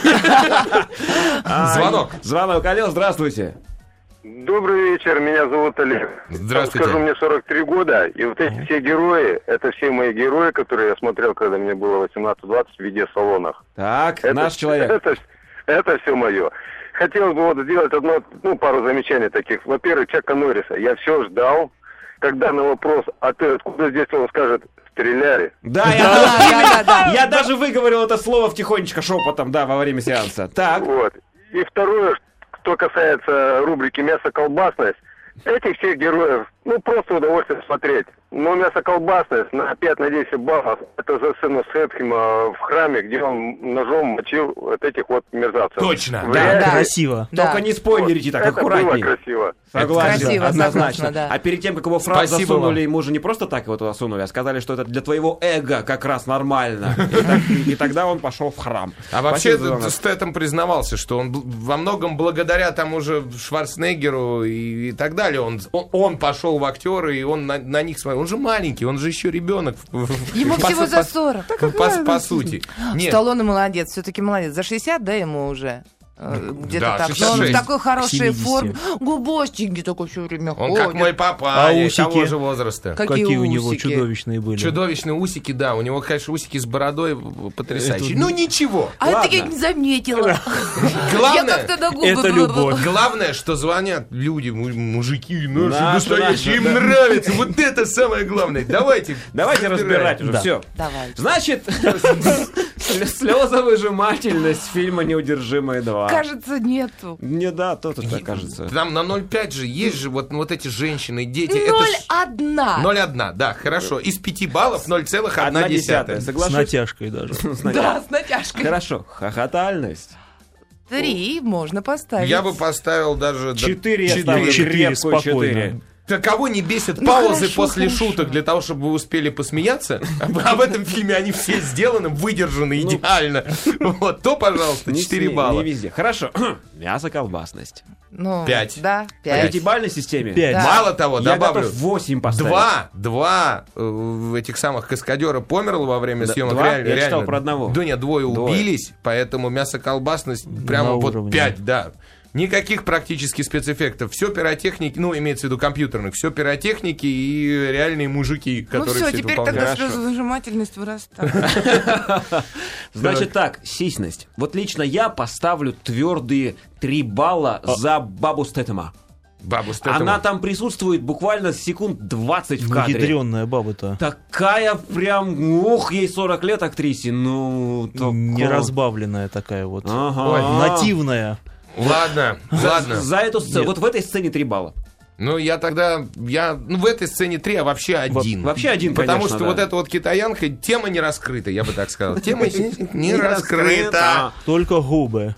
Звонок. Звонок. Алло, здравствуйте. Добрый вечер, меня зовут Олег. Здравствуйте. Скажу, мне 43 года, и вот эти все герои, это все мои герои, которые я смотрел, когда мне было 18-20 в видеосалонах. Так, наш человек. Это все мое. Хотелось бы вот сделать пару замечаний таких. Во-первых, Чака Норриса. Я все ждал, когда на вопрос, а ты откуда здесь, он скажет, стреляли. Да, я даже выговорил это слово втихонечко шепотом, да, во время сеанса. Так. Вот. И второе, что касается рубрики «Мясо-колбасность», этих всех героев, просто удовольствие смотреть. Но «Мясо-колбасность» на 5-10 баллов, это за сцену Стэтхэма в храме, где он ножом мочил вот этих вот мерзавцев. Точно. Да, красиво. Только не спойлерите так, аккуратнее. Это было красиво. Согласен, красиво, однозначно. согласна, да. А перед тем, как его в фраз Спасибо засунули, вам. ему же не просто так его туда сунули, а сказали, что это для твоего эго как раз нормально. И тогда он пошел в храм. А вообще Спасибо за звонок. Стэтэм признавался, что он во многом благодаря тому же Шварценеггеру и так далее, он пошел в актеры, и он на них смотрел. Он же маленький, он же еще ребенок. Ему всего за 40. По сути. Нет. Сталлоне молодец, все-таки молодец. За 60, да, ему уже? Где-то Да, так. Но 66. он в такой хорошей 70. форме. Губастенький такой все время Он ходит. как мой папа, А того усики? же возраста. Какие у него усики? чудовищные были. Чудовищные усики, да. У него, конечно, усики с бородой потрясающие. Это- Ну ничего. А это я не заметила. Я Главное, как-то на губы... это любовь. главное, что звонят люди, мужики наши Наши, настоящие, им да. нравится. Вот это самое главное. Давайте Разбирать уже, Да. все. Давай. Значит, слезовыжимательность фильма «Неудержимые 2». Кажется, нету. Не, да, то тут так кажется. Там на 0,5 же есть же вот эти женщины, дети. Это ж 0,1. 0,1, да, хорошо. Из 5 баллов 0,1. 1/10. С Соглашусь? натяжкой даже. Да, с натяжкой. Хорошо. Хохотальность. 3 можно поставить. Я бы поставил даже... 4 я ставлю. Четыре, Крепкую спокойно. 4. Кого не бесят паузы хорошо, после хорошо. шуток для того, чтобы вы успели посмеяться? А в этом фильме они все сделаны, выдержаны идеально. Вот, то, пожалуйста, 4 балла. Не везде. Хорошо. Мясо-колбасность. Ну, 5. Да, В 5. пятибалльной системе? 5. Да. Мало того, Я добавлю... готов 8 поставить. Два этих самых каскадера померло во время Да, съемок. два? Реально, Я читал реально. про одного. Да нет, двое Двое. убились, поэтому мясо-колбасность прямо На под уровне. 5, да. Никаких практически спецэффектов. Все пиротехники, имеется в виду компьютерных, все пиротехники и реальные мужики, Ну которые все, это теперь выполняют. тогда Хорошо. слезовыжимательность вырастает. Значит так, сисьность. Вот лично я поставлю твердые 3 балла за бабу Стэтэма. Бабу Стэтэма. Она там присутствует буквально секунд 20 в кадре. Ядренная баба-то. Такая прям, ей 40 лет актрисе, Неразбавленная такая вот. Ага. Ой, Нативная. Ладно, ладно. За эту сцену, Нет. вот в этой сцене 3 балла. Ну, в этой сцене 3, а вообще 1. Вообще 1, Потому конечно, что да. вот эта вот китаянка, тема не раскрыта, я бы так сказал. Тема не раскрыта. Только губы.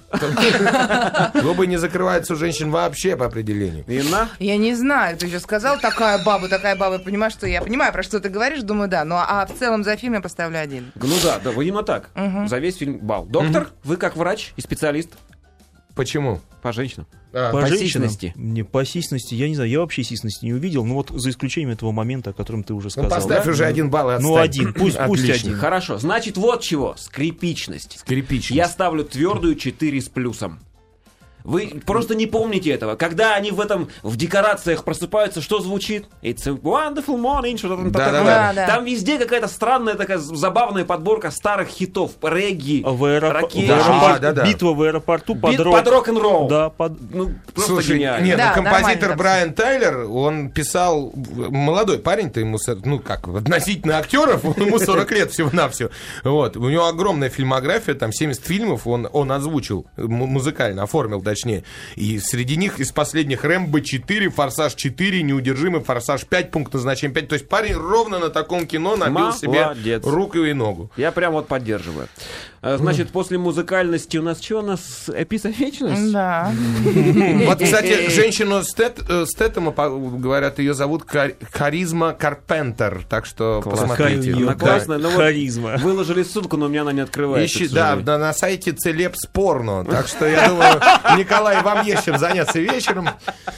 Губы не закрываются у женщин вообще по определению. Инна? Я не знаю, ты еще сказал, такая баба, понимаешь, что я понимаю, про что ты говоришь, думаю, да. Ну, а в целом за фильм я поставлю 1. Ну да, именно так. За весь фильм балл. Доктор, вы как врач и специалист Почему? по женщинам. По женщинам? сисьности. Не, по сисьности, я не знаю, я вообще сисьности не увидел, ну вот за исключением этого момента, о котором ты уже сказал. Поставь да? уже 1 балл и отстань. Ну, 1, пусть Отлично. 1. Хорошо, значит вот чего. Скрипичность. Скрипичность. Я ставлю твердую 4 с плюсом. Вы просто не помните этого. Когда они в декорациях просыпаются, что звучит? It's a wonderful morning, что-то там Да-да-да. такое. Да. Там везде какая-то странная такая забавная подборка старых хитов. Регги, ракети. Да. Битва в аэропорту под Под рок-н-ролл. Да, Ну, просто Слушай, гениально. нет, Да, композитор нормально. Брайан Тайлер, он писал, молодой парень-то ему, относительно актеров, ему 40 лет всего-навсего. Вот, у него огромная фильмография, там 70 фильмов он озвучил, музыкально, оформил точнее. И среди них из последних Рэмбо 4, Форсаж 4, Неудержимый, Форсаж 5, Пункт назначения 5. То есть парень ровно на таком кино набил себе Молодец. руку и ногу. Я прям вот поддерживаю. Значит, после музыкальности у нас что? У нас эписофичность? Да. Вот, кстати, женщину Стэтэма, говорят, ее зовут Харизма Карпентер, так что посмотрите. Какая у неё Да. Классно, но вот харизма. выложили ссылку, но у меня она не открывается. Ищи, к да, сожалению. на сайте Целебс Порно. Так что я думаю, Николай, вам есть чем заняться вечером.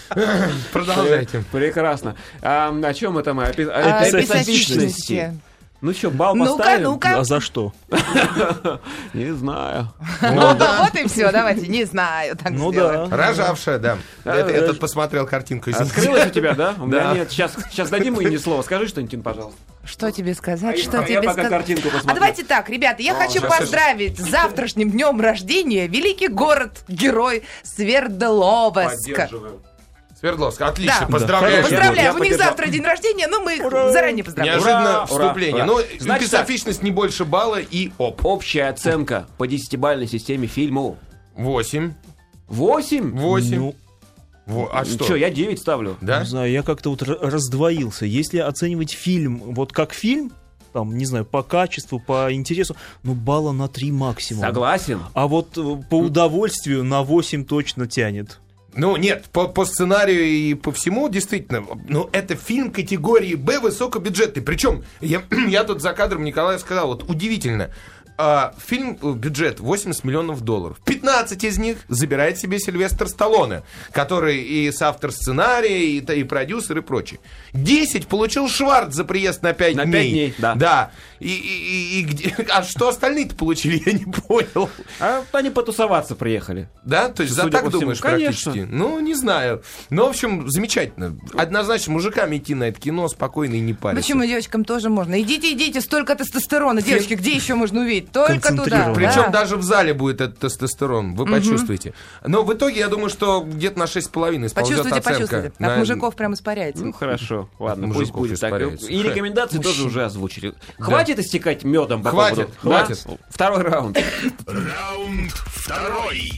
Продолжайте. Прекрасно. О чем это мы? Эписофичности. Ну что, балл поставим? Ну-ка. А за что? Не знаю. Вот и все, давайте, не знаю, так Ну сделаем. да. Рожавшая, да. Этот посмотрел картинку. Открылась у тебя, да? У меня Да. нет. Сейчас дадим Инне слово. Скажи что-нибудь, Тин, пожалуйста. Что тебе сказать? А Что я тебе пока сказать? картинку посмотрю. А давайте так, ребята, я хочу сейчас, поздравить с завтрашним днем рождения великий город-герой Свердловск. Поддерживаю. Свердловск, отлично, Да. поздравляю. Поздравляю, Я у них поддержал. завтра день рождения, но мы их заранее поздравляем. Неожиданно Ура, ура, вступление. ура. Ну, Значит специфичность не больше балла и оп. Общая оценка по 10-бальной системе фильму. 8. 8? 8. Ну, А что? Что, я 9 ставлю. Да? не знаю, я как-то вот раздвоился. Если оценивать фильм вот как фильм, там, не знаю, по качеству, по интересу, ну, балла на 3 максимум. Согласен. А вот по удовольствию на 8 точно тянет. Ну, нет, по сценарию и по всему, действительно, ну, это фильм категории «Б» высокобюджетный. Причем, я тут за кадром Николаю сказал, вот удивительно, фильм бюджет $80 миллионов. 15 из них забирает себе Сильвестр Сталлоне, который и соавтор сценария, и продюсер, и прочее. 10 получил Шварц за приезд на 5 На дней. 5 дней, да. Да. И где, а что остальные-то получили, я не понял. А они потусоваться приехали. Да? То есть за Судя так по всему, думаешь конечно. практически? Ну, не знаю. Ну, в общем, замечательно. Однозначно, мужикам идти на это кино спокойно и не париться. Почему девочкам тоже можно? Идите, столько тестостерона. Девочки, где еще можно увидеть? Только туда. Причем Да. даже в зале будет этот тестостерон. Вы почувствуете. Но в итоге, я думаю, что где-то на 6,5 сползет оценка. Почувствуйте. От мужиков прям испаряется. Ну хорошо, ладно, пусть Мужиков будет так. испаряется. И рекомендации тоже уже озвучили. Хватит истекать медом по Хватит, поводу? Да? хватит. Второй раунд. Раунд второй.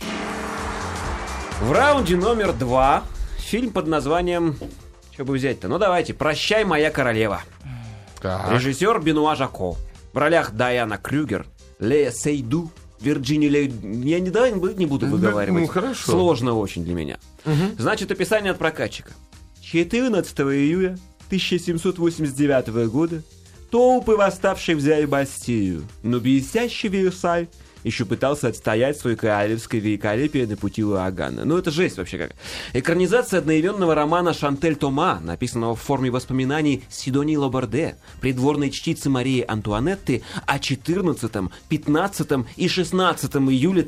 В раунде номер 2 фильм под названием... Что бы взять-то? Ну давайте, «Прощай, моя королева». Так. Режиссер Бенуа Жако. В ролях Дайана Крюгер, Лея Сейду, Вирджиния Лей... Я не буду выговаривать. Ну, хорошо. Сложно очень для меня. Значит, описание от прокатчика. 14 июля 1789 года толпы восставших взяли Бастилию, но блестящий Версаль еще пытался отстоять свое королевское великолепие на пути урагана. Ну, это жесть вообще как. Экранизация одноименного романа Шантель Тома, написанного в форме воспоминаний Сидонии Лобарде, придворной чтицы Марии Антуанетты, о 14, 15 и 16 июля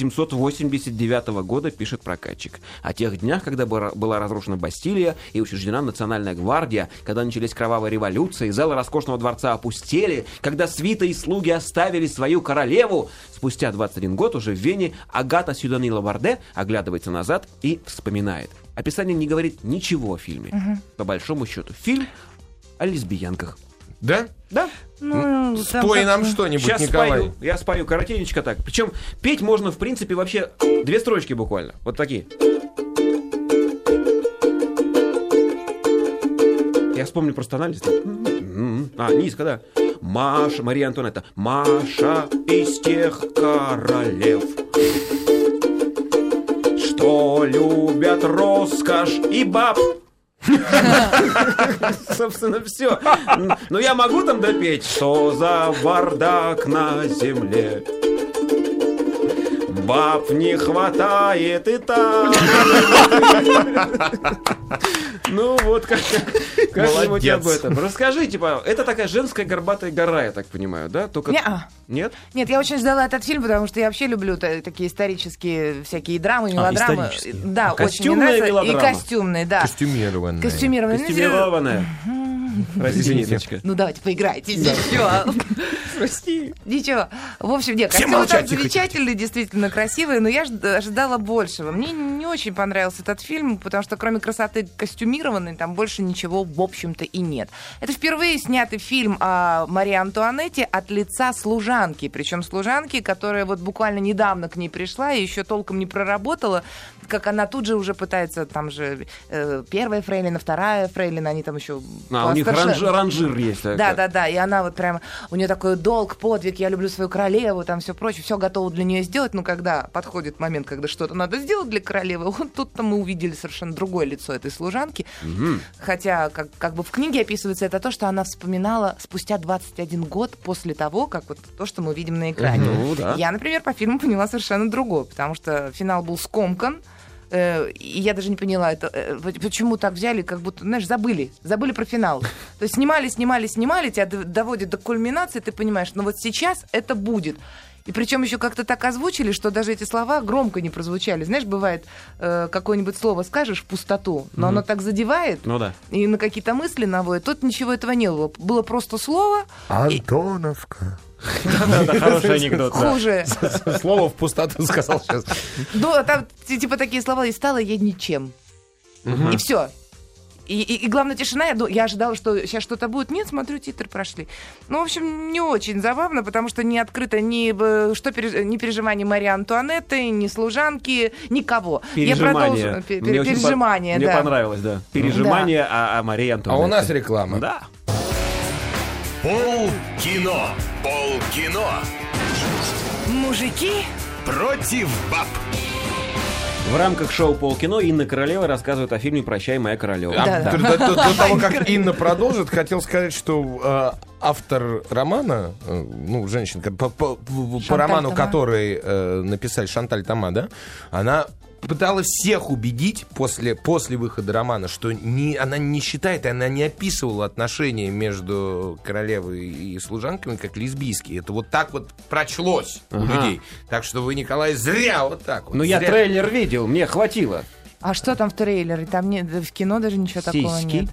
1789 года пишет прокатчик. О тех днях, когда была разрушена Бастилия и учреждена Национальная гвардия, когда начались кровавые революции, залы роскошного дворца опустели, когда свита и слуги оставили свою королеву. Спустя 21 год уже в Вене Агата Сидони Лобарде оглядывается назад и вспоминает. Описание не говорит ничего о фильме. По большому счету, фильм о лесбиянках. Да? Да. Ну, там Спой как-то- нам что-нибудь, Сейчас Николай. спою. Я спою коротенечко так. Причем петь можно, в принципе, вообще 2 строчки буквально. Вот такие. Я вспомню просто анализ. Низко, да. Мария Антуанетта. Маша из тех королев, что любят роскошь и баб. Собственно, все. Но я могу там допеть, что за бардак на земле. Баб не хватает и так. Ну вот как-нибудь об этом. Расскажите, это такая женская горбатая гора, я так понимаю, да? Только... Не-а. Нет? Нет, я очень ждала этот фильм, потому что я вообще люблю такие исторические всякие драмы, мелодрамы. исторические. Да, очень мне Костюмная нравится. мелодрама. И костюмные, да. Костюмированная. Костюмированные. Костюмированная. Извините. Ну давайте поиграйте. Ничего. Прости. Ничего. В общем, нет, Все костюмы молчать там тихо, замечательные, действительно красивые, но я ожидала большего. Мне не очень понравился этот фильм, потому что кроме красоты костюмированной, там больше ничего, в общем-то, и нет. Это впервые снятый фильм о Марии Антуанетте от лица служанки. Причем служанки, которая вот буквально недавно к ней пришла и еще толком не проработала, как она тут же уже пытается, там же первая фрейлина, вторая фрейлина, они там еще... У них ранжир есть. Да, и она вот прям, у нее такой долг, подвиг, я люблю свою королеву, там все прочее, все готово для нее сделать, но когда подходит момент, когда что-то надо сделать для королевы, вот тут-то мы увидели совершенно другое лицо этой служанки, хотя как бы в книге описывается это то, что она вспоминала спустя 21 год после того, как вот то, что мы видим на экране. Ну, да. Я, например, по фильму поняла совершенно другое, потому что финал был скомкан, И я даже не поняла, почему так взяли, как будто, знаешь, забыли про финал. То есть снимали, тебя доводят до кульминации, ты понимаешь, но вот сейчас это будет. И причем еще как-то так озвучили, что даже эти слова громко не прозвучали. Знаешь, бывает, какое-нибудь слово скажешь в пустоту, но оно так задевает, и на какие-то мысли наводит. Тут ничего этого не было. Было просто слово. Антоновка. Да, хороший анекдот. Хуже. Слово в пустоту сказал сейчас. Да, там типа такие слова, и стала я ничем. И все. И главное, тишина. Я ожидала, что сейчас что-то будет. Нет, смотрю, титры прошли. Ну, в общем, не очень забавно, потому что не открыто ни переживания Марии Антуанетты, ни служанки, никого. Пережимание. Пережимание, Мне да. понравилось, да. Пережимание о Марии Антуанетте. А у нас реклама. Да. Полкино. Полкино. Мужики Против баб. В рамках шоу «Полкино» Инна Королева рассказывает о фильме «Прощай, моя королева». До того, как Инна продолжит, хотел сказать, что автор романа, женщина, по роману, который написали Шанталь Тома, да, она пыталась всех убедить после выхода романа, что она не считает, она не описывала отношения между королевой и служанками как лесбийские. Это вот так вот прочлось у людей. Так что вы, Николай, зря вот так вот. Ну, я трейлер видел, мне хватило. А что там в трейлере? Там нет, в кино даже ничего такого нет.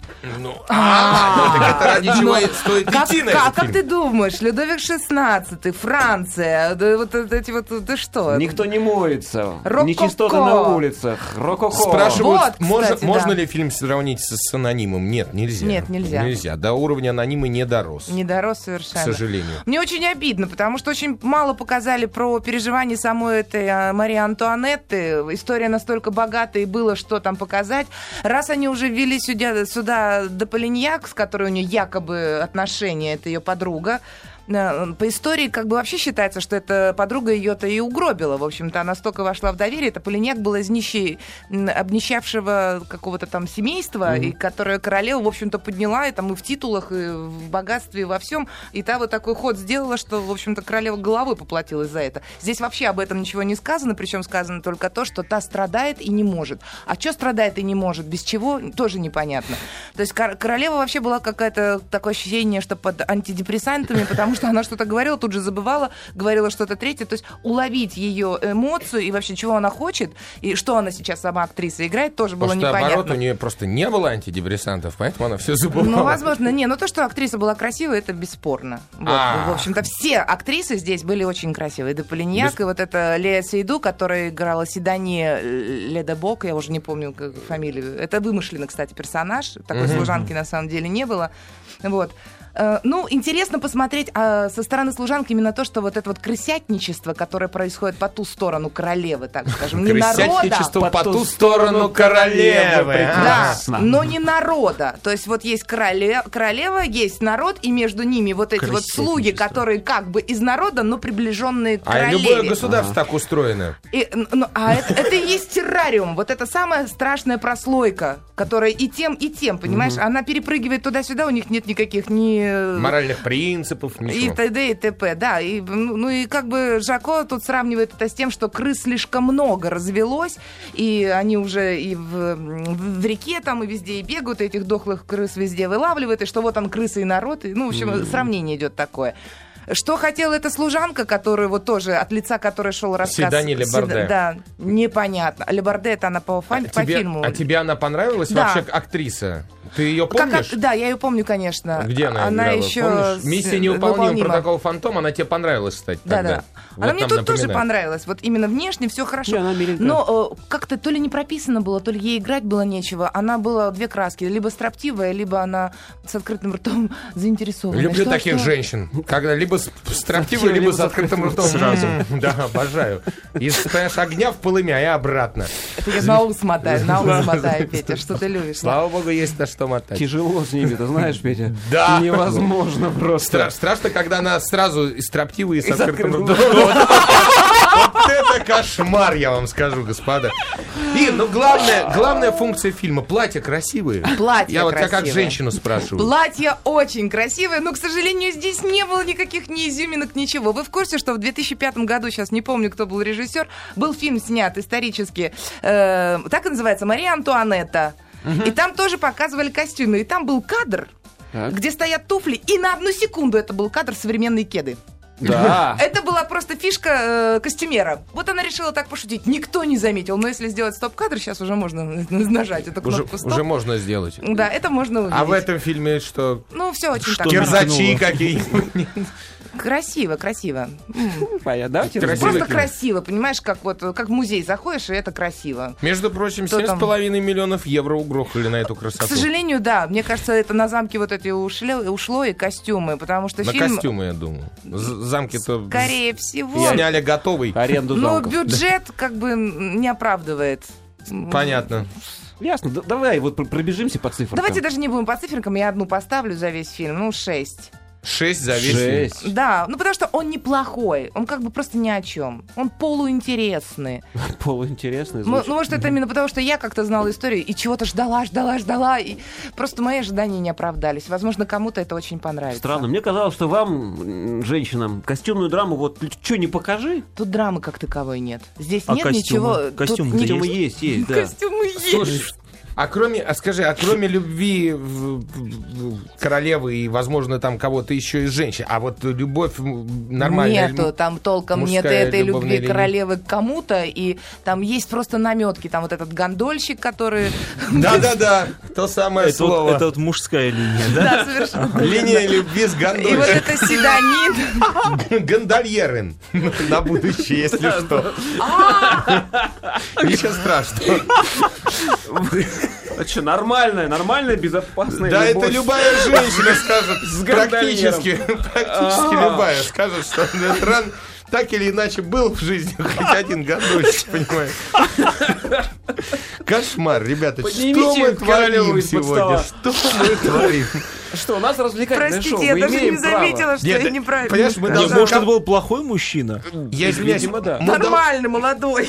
Так это ради чего стоит идти на этот фильм? Как ты думаешь, Людовик XVI, Франция, вот эти вот, да что? Никто не моется. Рококо. Нечистоты на улицах. Рококо. Спрашивают, Вот, кстати, можно ли фильм сравнить с «Анонимом»? Нет, нельзя. Нет, нельзя. Нельзя. До уровня «Анонима» не дорос. Не дорос совершенно. К сожалению. Мне очень обидно, потому что очень мало показали про переживания самой этой Марии Антуанетты. История настолько богатая, и было что там показать. Раз они уже ввели сюда де Полиньяк, с которой у нее якобы отношения, это ее подруга, по истории как бы вообще считается, что эта подруга ее-то и угробила. В общем-то, она столько вошла в доверие. Это Полиньяк была из обнищавшего какого-то там семейства, и которое королева, в общем-то, подняла и там и в титулах, и в богатстве, и во всем. И та вот такой ход сделала, что, в общем-то, королева головой поплатилась за это. Здесь вообще об этом ничего не сказано, причем сказано только то, что та страдает и не может. А что страдает и не может, без чего, тоже непонятно. То есть королева вообще была какая-то такое ощущение, что под антидепрессантами, потому что она что-то говорила, тут же забывала, говорила что-то третье. То есть уловить ее эмоцию и вообще, чего она хочет, и что она сейчас сама актриса играет, тоже было непонятно. Может, наоборот, у нее просто не было антидепрессантов, поэтому она все забывала. Ну, возможно, но то, что актриса была красивая, это бесспорно. Вот, в общем-то, все актрисы здесь были очень красивые. Де Полиньяк, и вот эта Лея Сейду, которая играла Седани Ледебок, я уже не помню фамилию. Это вымышленный, кстати, персонаж. Такой служанки на самом деле не было. Вот. Ну, интересно посмотреть со стороны служанки именно то, что вот это вот крысятничество, которое происходит по ту сторону королевы, так скажем, не народа. Крысятничество по ту сторону королевы. Да, но не народа. То есть вот есть королева, есть народ, и между ними вот эти вот слуги, которые как бы из народа, но приближенные к королеве. А любое государство так устроено. Это и есть террариум. Вот это самая страшная прослойка, которая и тем, понимаешь? Она перепрыгивает туда-сюда, у них нет никаких ни моральных принципов, ничего. И т.д. и т.п. Да, и как бы Жако тут сравнивает это с тем, что крыс слишком много развелось, и они уже и в реке там и везде и бегают, и этих дохлых крыс везде вылавливают, и что вот он крысы и народ, и, в общем, сравнение идет такое. Что хотела эта служанка, которая вот тоже, от лица которой шел рассказ. Седани Лебарде. Да, непонятно. Лебарде это она по фильму. А тебе она понравилась вообще актриса? Ты ее помнишь? Да, я ее помню, конечно. Где она играла? Еще помнишь? «Миссия невыполнима», «Протокол Фантом», она тебе понравилась, кстати, тогда. Да. Вот она мне тут тоже понравилась. Вот именно внешне все хорошо. Но как-то то ли не прописано было, то ли ей играть было нечего. Она была две краски. Либо строптивая, либо она с открытым ртом заинтересована. Люблю таких женщин. Когда либо строптивая, либо с открытым ртом. Сразу. Да, обожаю. Из, понимаешь, огня в полымя и обратно. Это я на ус мотаю, Петя. Что ты любишь? Слава богу, есть на что мотать. Тяжело с ними, ты знаешь, Петя? Да. Невозможно просто. Страшно, когда она сразу и строптивая, и с открытым ртом. Вот это кошмар, я вам скажу, господа. И, главная функция фильма — платья красивые. Платья Я вот красивые. как женщину спрашиваю. Платье очень красивое, но, к сожалению, здесь не было никаких ни изюминок, ничего. Вы в курсе, что в 2005 году, сейчас не помню, кто был режиссер, был фильм снят исторически, так и называется, «Мария Антуанетта». И там тоже показывали костюмы. И там был кадр, где стоят туфли, и на одну секунду это был кадр «Современные кеды». Да. Это была просто фишка костюмера. Вот она решила так пошутить. Никто не заметил. Но если сделать стоп-кадр, сейчас уже можно нажать эту кнопку «Стоп». Уже можно сделать. Да, это можно увидеть. А в этом фильме что? Ну, все очень так. Кирзачи какие-нибудь. Красиво, красиво. Понятно. Давайте Просто красиво, понимаешь, как в музей заходишь, и это красиво. Между прочим, Кто там? 7,5 миллионов евро угрохали на эту красоту. К сожалению, да. Мне кажется, это на замки вот эти ушло и костюмы, потому что На фильм... костюмы, я думаю. Замки-то Скорее всего. сняли готовый. аренду Но замков. бюджет как бы не оправдывает. Понятно. Ясно. Давай вот пробежимся по цифрам. Давайте даже не будем по циферкам, я одну поставлю за весь фильм, 6. 6 за весь фильм. 6. Да, потому что он неплохой, он как бы просто ни о чем. Он полуинтересный. Полуинтересный Ну, звучит. может, это именно потому, что я как-то знала историю и чего-то ждала, и просто мои ожидания не оправдались. Возможно, кому-то это очень понравится. Странно. Мне казалось, что вам, женщинам, костюмную драму вот что не покажи. Тут драмы как таковой нет. Здесь А нет костюмы? ничего. Костюмы тут Костюмы есть, да. Костюмы есть. Слушай, кроме любви королевы и, возможно, там кого-то еще из женщин, а вот любовь нормальная. Нету, там толком нет мужская этой любовная любви линия. королевы к кому-то, и там есть просто наметки, там вот этот гондольщик, который... Да-да-да, то самое Это слово. вот совершенно линия, да? Да, совершенно. Линия любви с И вот гондольщиком. это седанин. Гондольерин на будущее, если что. Ничего страшного. Это что, нормальная, безопасная Да, любовь? это любая женщина скажет, гондольером. практически любая скажет, что этот ран так или иначе был в жизни хоть один гондольщик, понимаешь? Кошмар, ребята, что Поднимите мы королеву творим из-под сегодня? стола. Что мы творим? Что, у нас развлекательное шоу, Простите, я мы даже не имеем право. заметила, что Нет, я неправильно. понимаешь, мы сказала. должны- Может, это был плохой мужчина? Я извиняюсь, Видимо, да. мы дол- Нормальный, молодой.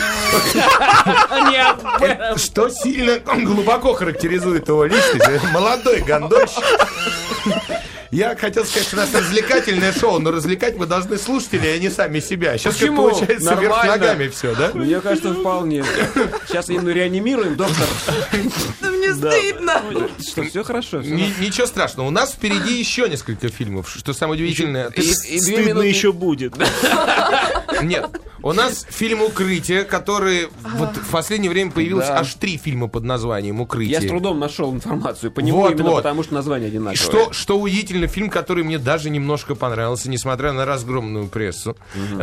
Что сильно глубоко характеризует его личность? Молодой гондольщик. Я хотел сказать, что у нас развлекательное шоу, но развлекать мы должны слушателей, а не сами себя. Сейчас как Почему? получается вверх Нормально. ногами все, да? Мне кажется, вполне. Сейчас именно реанимируем, доктор. Мне стыдно. Что, все хорошо? всё Ничего страшного. У нас впереди еще несколько фильмов. Что самое удивительное. И 2 Стыдно минуты. еще будет. Нет. У нас фильм «Укрытие», который вот в последнее время появилось Да. аж 3 фильма под названием «Укрытие». Я с трудом нашел информацию по нему, Вот, именно вот. потому что название одинаковое. Что удивительно, фильм, который мне даже немножко понравился, несмотря на разгромную прессу.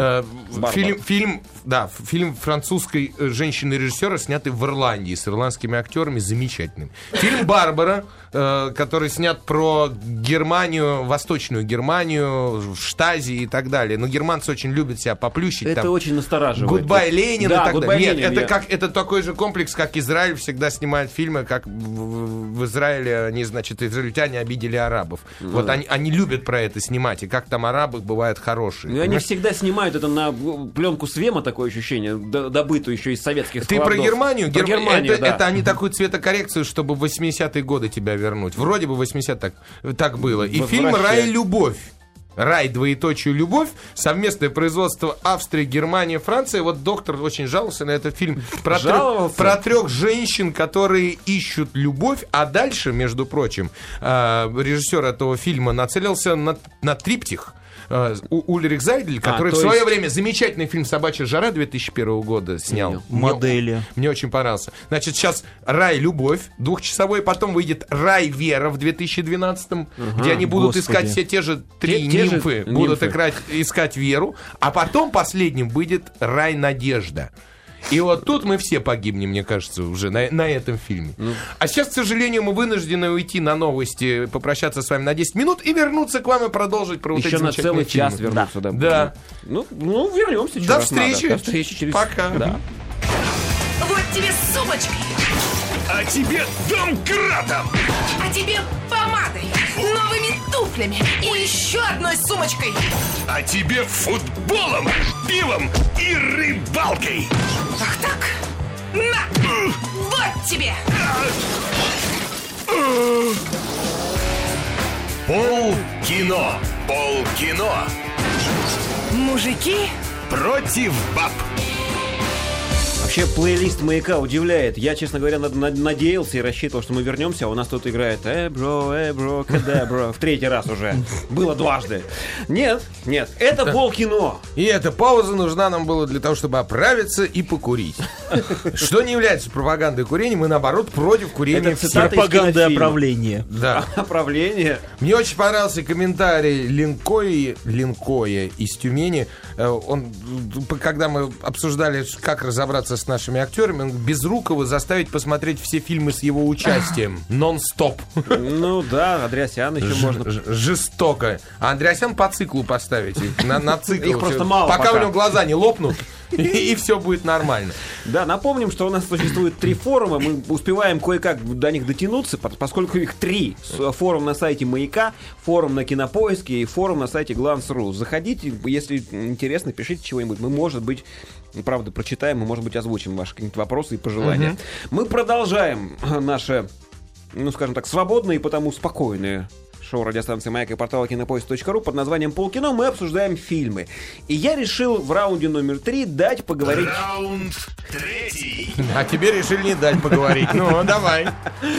Фильм французской женщины-режиссера, снятый в Ирландии с ирландскими актерами, замечательным. Фильм «Барбара», который снят про Германию, Восточную Германию, Штази и так далее. Но германцы очень любят себя поплющить. Это там. очень настораживает. Гудбай Ленин Да, и так Goodbye далее. Нет, Ленин, это такой же комплекс, как Израиль всегда снимает фильмы, как в Израиле они, значит, израильтяне обидели арабов. Вот они любят про это снимать, и как там арабы бывают хорошие. И они Понимаешь? всегда снимают это на пленку Свема, такое ощущение, добытую еще из советских Ты складов. про Германию? Про Германию, да. Это они такую цветокоррекцию, чтобы в 80-е годы тебя вернуть. Вроде бы 80 так было. И фильм Возвращает. «Рай, любовь». «Рай, двоеточие, любовь», совместное производство Австрия, Германия, Франция. Вот доктор очень жаловался на этот фильм про Жаловался? про 3 женщин, которые ищут любовь, а дальше, между прочим, режиссер этого фильма нацелился на триптих. Ульрих Зайдель, который в то свое есть- время замечательный фильм «Собачья жара» 2001 года снял. Модели. Мне очень понравился. Значит, сейчас «Рай, любовь» 2-часовой, потом выйдет «Рай, вера» в 2012, где они будут Господи. искать все те же 3 Те же нимфы, будут нимфы. искать веру, а потом последним выйдет «Рай, надежда». И вот тут мы все погибнем, мне кажется, уже на этом фильме. А сейчас, к сожалению, мы вынуждены уйти на новости, попрощаться с вами на 10 минут и вернуться к вам и продолжить про вот Еще эти на замечательные целый час фильмы. вернуться. Да. Ну, вернемся. До встречи. До встречи через... Пока. Да. Вот тебе сумочкой, А тебе домкратом! А тебе помадой, новыми туфлями и еще одной сумочкой. А тебе футболом, пивом и рыбалкой! Ах так? На! Вот тебе! Полкино. Полкино. Мужики Против баб. Вообще, плейлист «Маяка» удивляет. Я, честно говоря, надеялся и рассчитывал, что мы вернемся, а у нас тут играет «Эбро, кадабро» в третий раз уже. Было дважды. Нет, это полкино. И эта пауза нужна нам была для того, чтобы оправиться и покурить. Что не является пропагандой курения, мы, наоборот, против курения. Это цитата из Пропаганда кинофильма. оправления. Да. Оправление. Мне очень понравился комментарий Линкоя из Тюмени. Он, когда мы обсуждали, как разобраться с нашими актерами, он Безрукова заставить посмотреть все фильмы с его участием. Нон-стоп. Ну да, Андреасян еще можно. Жестоко. А Андреасян по циклу поставить. На цикл. Их просто мало Пока пока. у него глаза не лопнут, и все будет нормально. Да, напомним, что у нас существует 3 форума, мы успеваем кое-как до них дотянуться, поскольку их 3. Форум на сайте «Маяка», форум на Кинопоиске и форум на сайте Glance.ru. Заходите, если интересно, пишите чего-нибудь. Мы, может быть, правда, прочитаем, мы, может быть, озвучим ваши какие-нибудь вопросы и пожелания. Мы продолжаем наше, ну, скажем так, свободное и потому спокойное шоу радиостанции «Маяк» и портала кинопоиск.ру под названием «Полкино». Мы обсуждаем фильмы. И я решил в раунде номер 3 дать поговорить... Раунд третий. А тебе решили не дать поговорить. Ну, давай.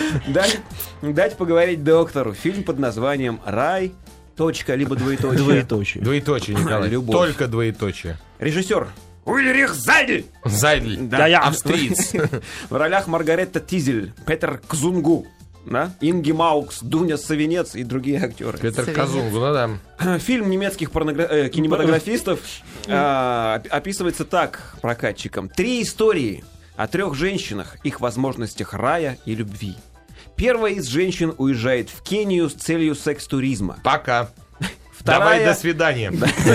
Дать поговорить доктору. Фильм под названием «Рай. Точка, либо двоеточие». Двоеточие. Двоеточие, Николай. Любовь. Только двоеточие. Режиссер Ульрих Зайдель. Зайдль. Да, я. Австриец. В ролях Маргаретта Тизель, Петер Кзунгу, да? Инги Маукс, Дуня Савинец и другие актеры. Петр Казунгу, ну да. Фильм немецких кинематографистов описывается так прокатчиком. 3 истории о 3 женщинах, их возможностях рая и любви. Первая из женщин уезжает в Кению с целью секс-туризма. Пока. Вторая- Давай, до свидания.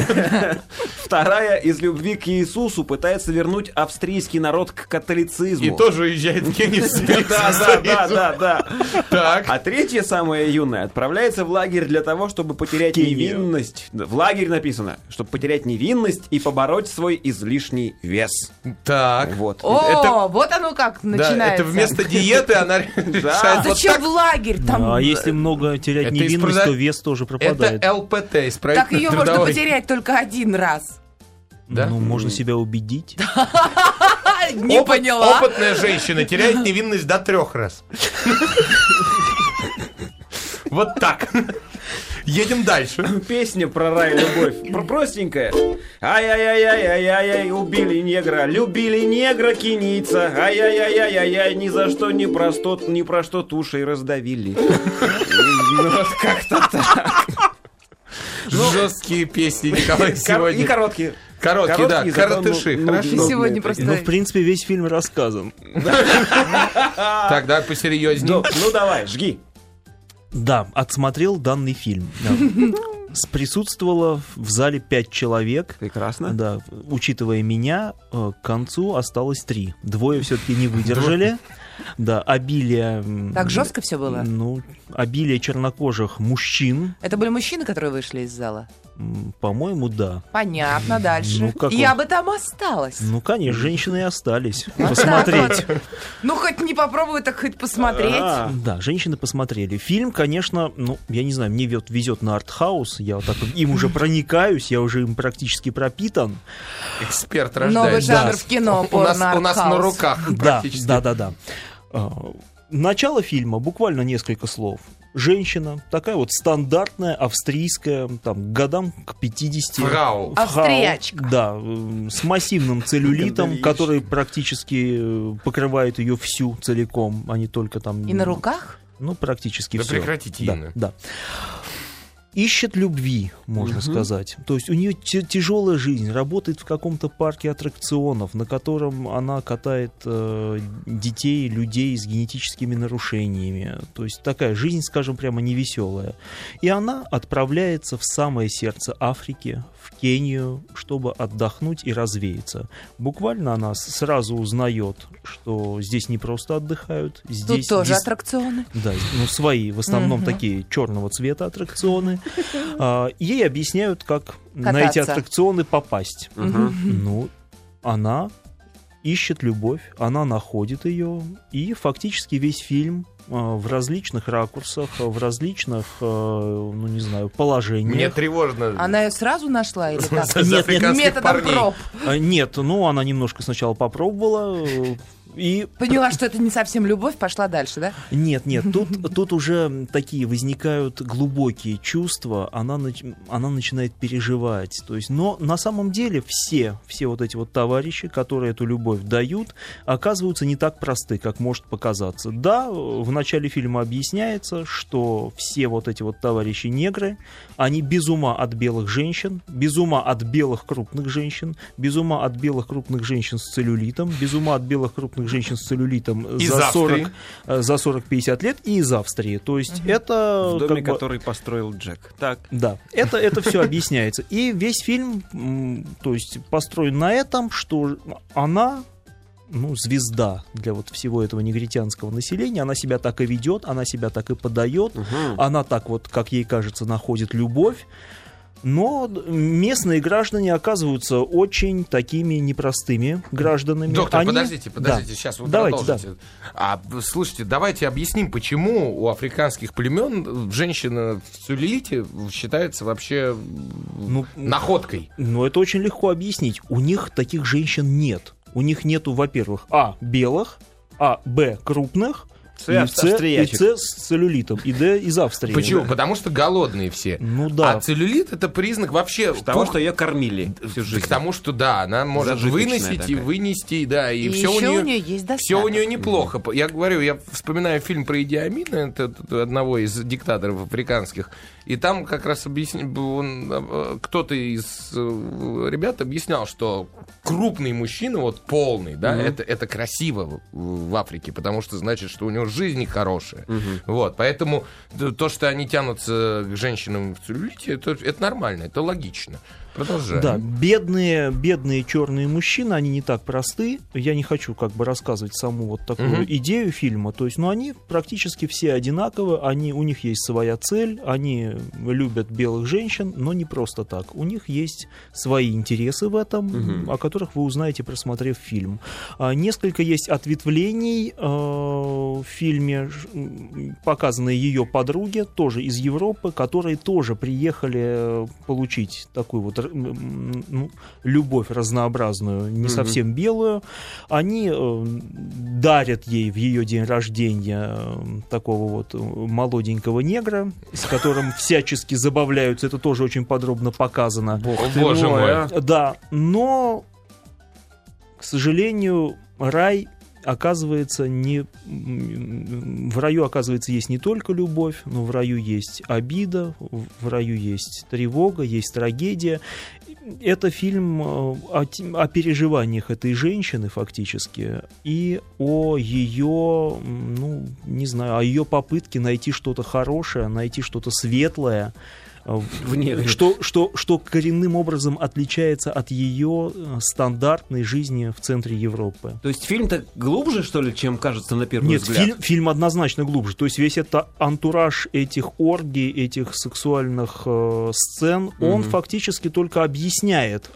Вторая из любви к Иисусу пытается вернуть австрийский народ к католицизму. И тоже уезжает в Кению. Да. Так. А третья, самая юная, отправляется в лагерь для того, чтобы потерять невинность. В лагерь написано, чтобы потерять невинность и побороть свой излишний вес. Так. Вот. О, вот оно как Да, начинается. это вместо диеты она решает вот Зачем так. в лагерь? Там... А если много терять Это из невинность, прода- то вес тоже Это пропадает. ЛПТ, Так исправительно ее можно трудовой. потерять только один раз. Да? Ну, можно себя убедить. Не поняла. Опытная женщина теряет невинность до 3 раз. Вот так. Едем дальше. Песня про рай и любовь. Простенькая. Ай-яй-яй-яй-яй-яй, убили негра, любили негра кенийца. Ай-яй-яй-яй-яй, ни за что, ни про что тушей раздавили. Ну, вот как-то так. Жесткие песни, Николай, И сегодня. короткие. Короткие, да, зато, коротыши, ну, хорошо. ну, Сегодня ну, просто... Ну, в принципе, весь фильм рассказан. Так, давай посерьезнее. Ну, давай, жги. Да, отсмотрел данный фильм. Да. Присутствовало в зале 5 человек. Прекрасно. Да, учитывая меня, к концу осталось 3. 2 все-таки не выдержали. Да, обилие... Так жестко все было? Ну, обилие чернокожих мужчин, Это были мужчины, которые вышли из зала? по-моему, да. Понятно, дальше. Ну, как Я он? бы там осталась. Ну, конечно, женщины и остались Вот посмотреть. так вот. Ну, хоть не попробовать, так хоть посмотреть. Да, женщины посмотрели. Фильм, конечно, ну, я не знаю, мне везет на артхаус, я вот так им уже проникаюсь, я уже им практически пропитан. Эксперт Новый рождается. жанр в кино, У нас на порно-артхаус. руках Да, практически. да. Начало фильма буквально несколько слов. Женщина, такая вот стандартная, австрийская, там, годам к 50. Фрау. Австриячка. Да, с массивным целлюлитом, который практически покрывает ее всю целиком, а не только там... И на руках? Ну, практически Да все. прекратите, Да, Инна. да. ищет любви, можно сказать. То есть у нее тяжелая жизнь, работает в каком-то парке аттракционов, на котором она катает детей, людей с генетическими нарушениями. То есть такая жизнь, скажем, прямо невеселая. И она отправляется в самое сердце Африки, в Кению, чтобы отдохнуть и развеяться. Буквально она сразу узнает, что здесь не просто отдыхают. Здесь тут тоже аттракционы. Да, ну свои, в основном такие черного цвета аттракционы. Ей объясняют, как на эти аттракционы попасть. Ну, она ищет любовь, она находит ее, и фактически весь фильм в различных ракурсах, в различных, ну не знаю, положениях. Мне тревожно. Она ее сразу нашла или как? Нет, методом проб. Нет, ну она немножко сначала попробовала. И поняла, что это не совсем любовь, пошла дальше, да? Нет, тут уже такие возникают глубокие чувства, она начинает переживать. То есть, но на самом деле все вот эти вот товарищи, которые эту любовь дают, оказываются не так просты, как может показаться. Да, в начале фильма объясняется, что все вот эти вот товарищи негры, они без ума от белых женщин, без ума от белых крупных женщин, без ума от белых крупных женщин с целлюлитом, без ума от белых крупных женщин с целлюлитом за 40-50 лет и из Австрии. То есть это... В доме, который построил Джек. Так. Да, это все объясняется. И весь фильм, то есть построен на этом, что она... ну, звезда для вот всего этого негритянского населения. Она себя так и ведет, она себя так и подает, она так вот, как ей кажется, находит любовь. Но местные граждане оказываются очень такими непростыми гражданами. Доктор, подождите, сейчас вы продолжите. Слушайте, давайте объясним, почему у африканских племен женщина в целлюлите считается вообще находкой. Ну, это очень легко объяснить. У них таких женщин нет. У них нету, во-первых, белых, б, крупных, и С с целлюлитом, и Д из Австрии. Почему? Да. Потому что голодные все. Ну да. А целлюлит — это признак вообще того, что ее кормили всю жизнь. К тому, что да, она может выносить такая. И вынести, да, и все у нее есть достаток. Все у нее неплохо. Я говорю, я вспоминаю фильм про Иди Амина, это одного из диктаторов африканских, и там как раз кто-то из ребят объяснял, что крупный мужчина, вот полный, да, это красиво в Африке, потому что значит, что у него жизнь хорошая. Вот, поэтому то, что они тянутся к женщинам в целлюлите, это нормально, это логично. Продолжаем. Да, бедные черные мужчины, они не так просты. Я не хочу как бы рассказывать саму вот такую идею фильма. То есть, они практически все одинаковы, у них есть своя цель, они любят белых женщин, но не просто так. У них есть свои интересы в этом, о которых вы узнаете, просмотрев фильм. Несколько есть ответвлений в фильме, показанные ее подруги, тоже из Европы, которые тоже приехали получить такую вот любовь разнообразную, не совсем белую. Они дарят ей в ее день рождения такого вот молоденького негра, с которым всячески забавляются. Это тоже очень подробно показано. Боже мой. Да, но, к сожалению, рай оказывается в раю, оказывается, есть не только любовь, но в раю есть обида, в раю есть тревога, есть трагедия. Это фильм о переживаниях этой женщины фактически и о ее, не знаю, о ее попытке найти что-то хорошее, найти что-то светлое, что коренным образом отличается от ее стандартной жизни в центре Европы. То есть фильм-то глубже, что ли, чем кажется на первый взгляд? Нет, фильм однозначно глубже. То есть весь этот антураж этих оргий, этих сексуальных сцен, он фактически только объясняет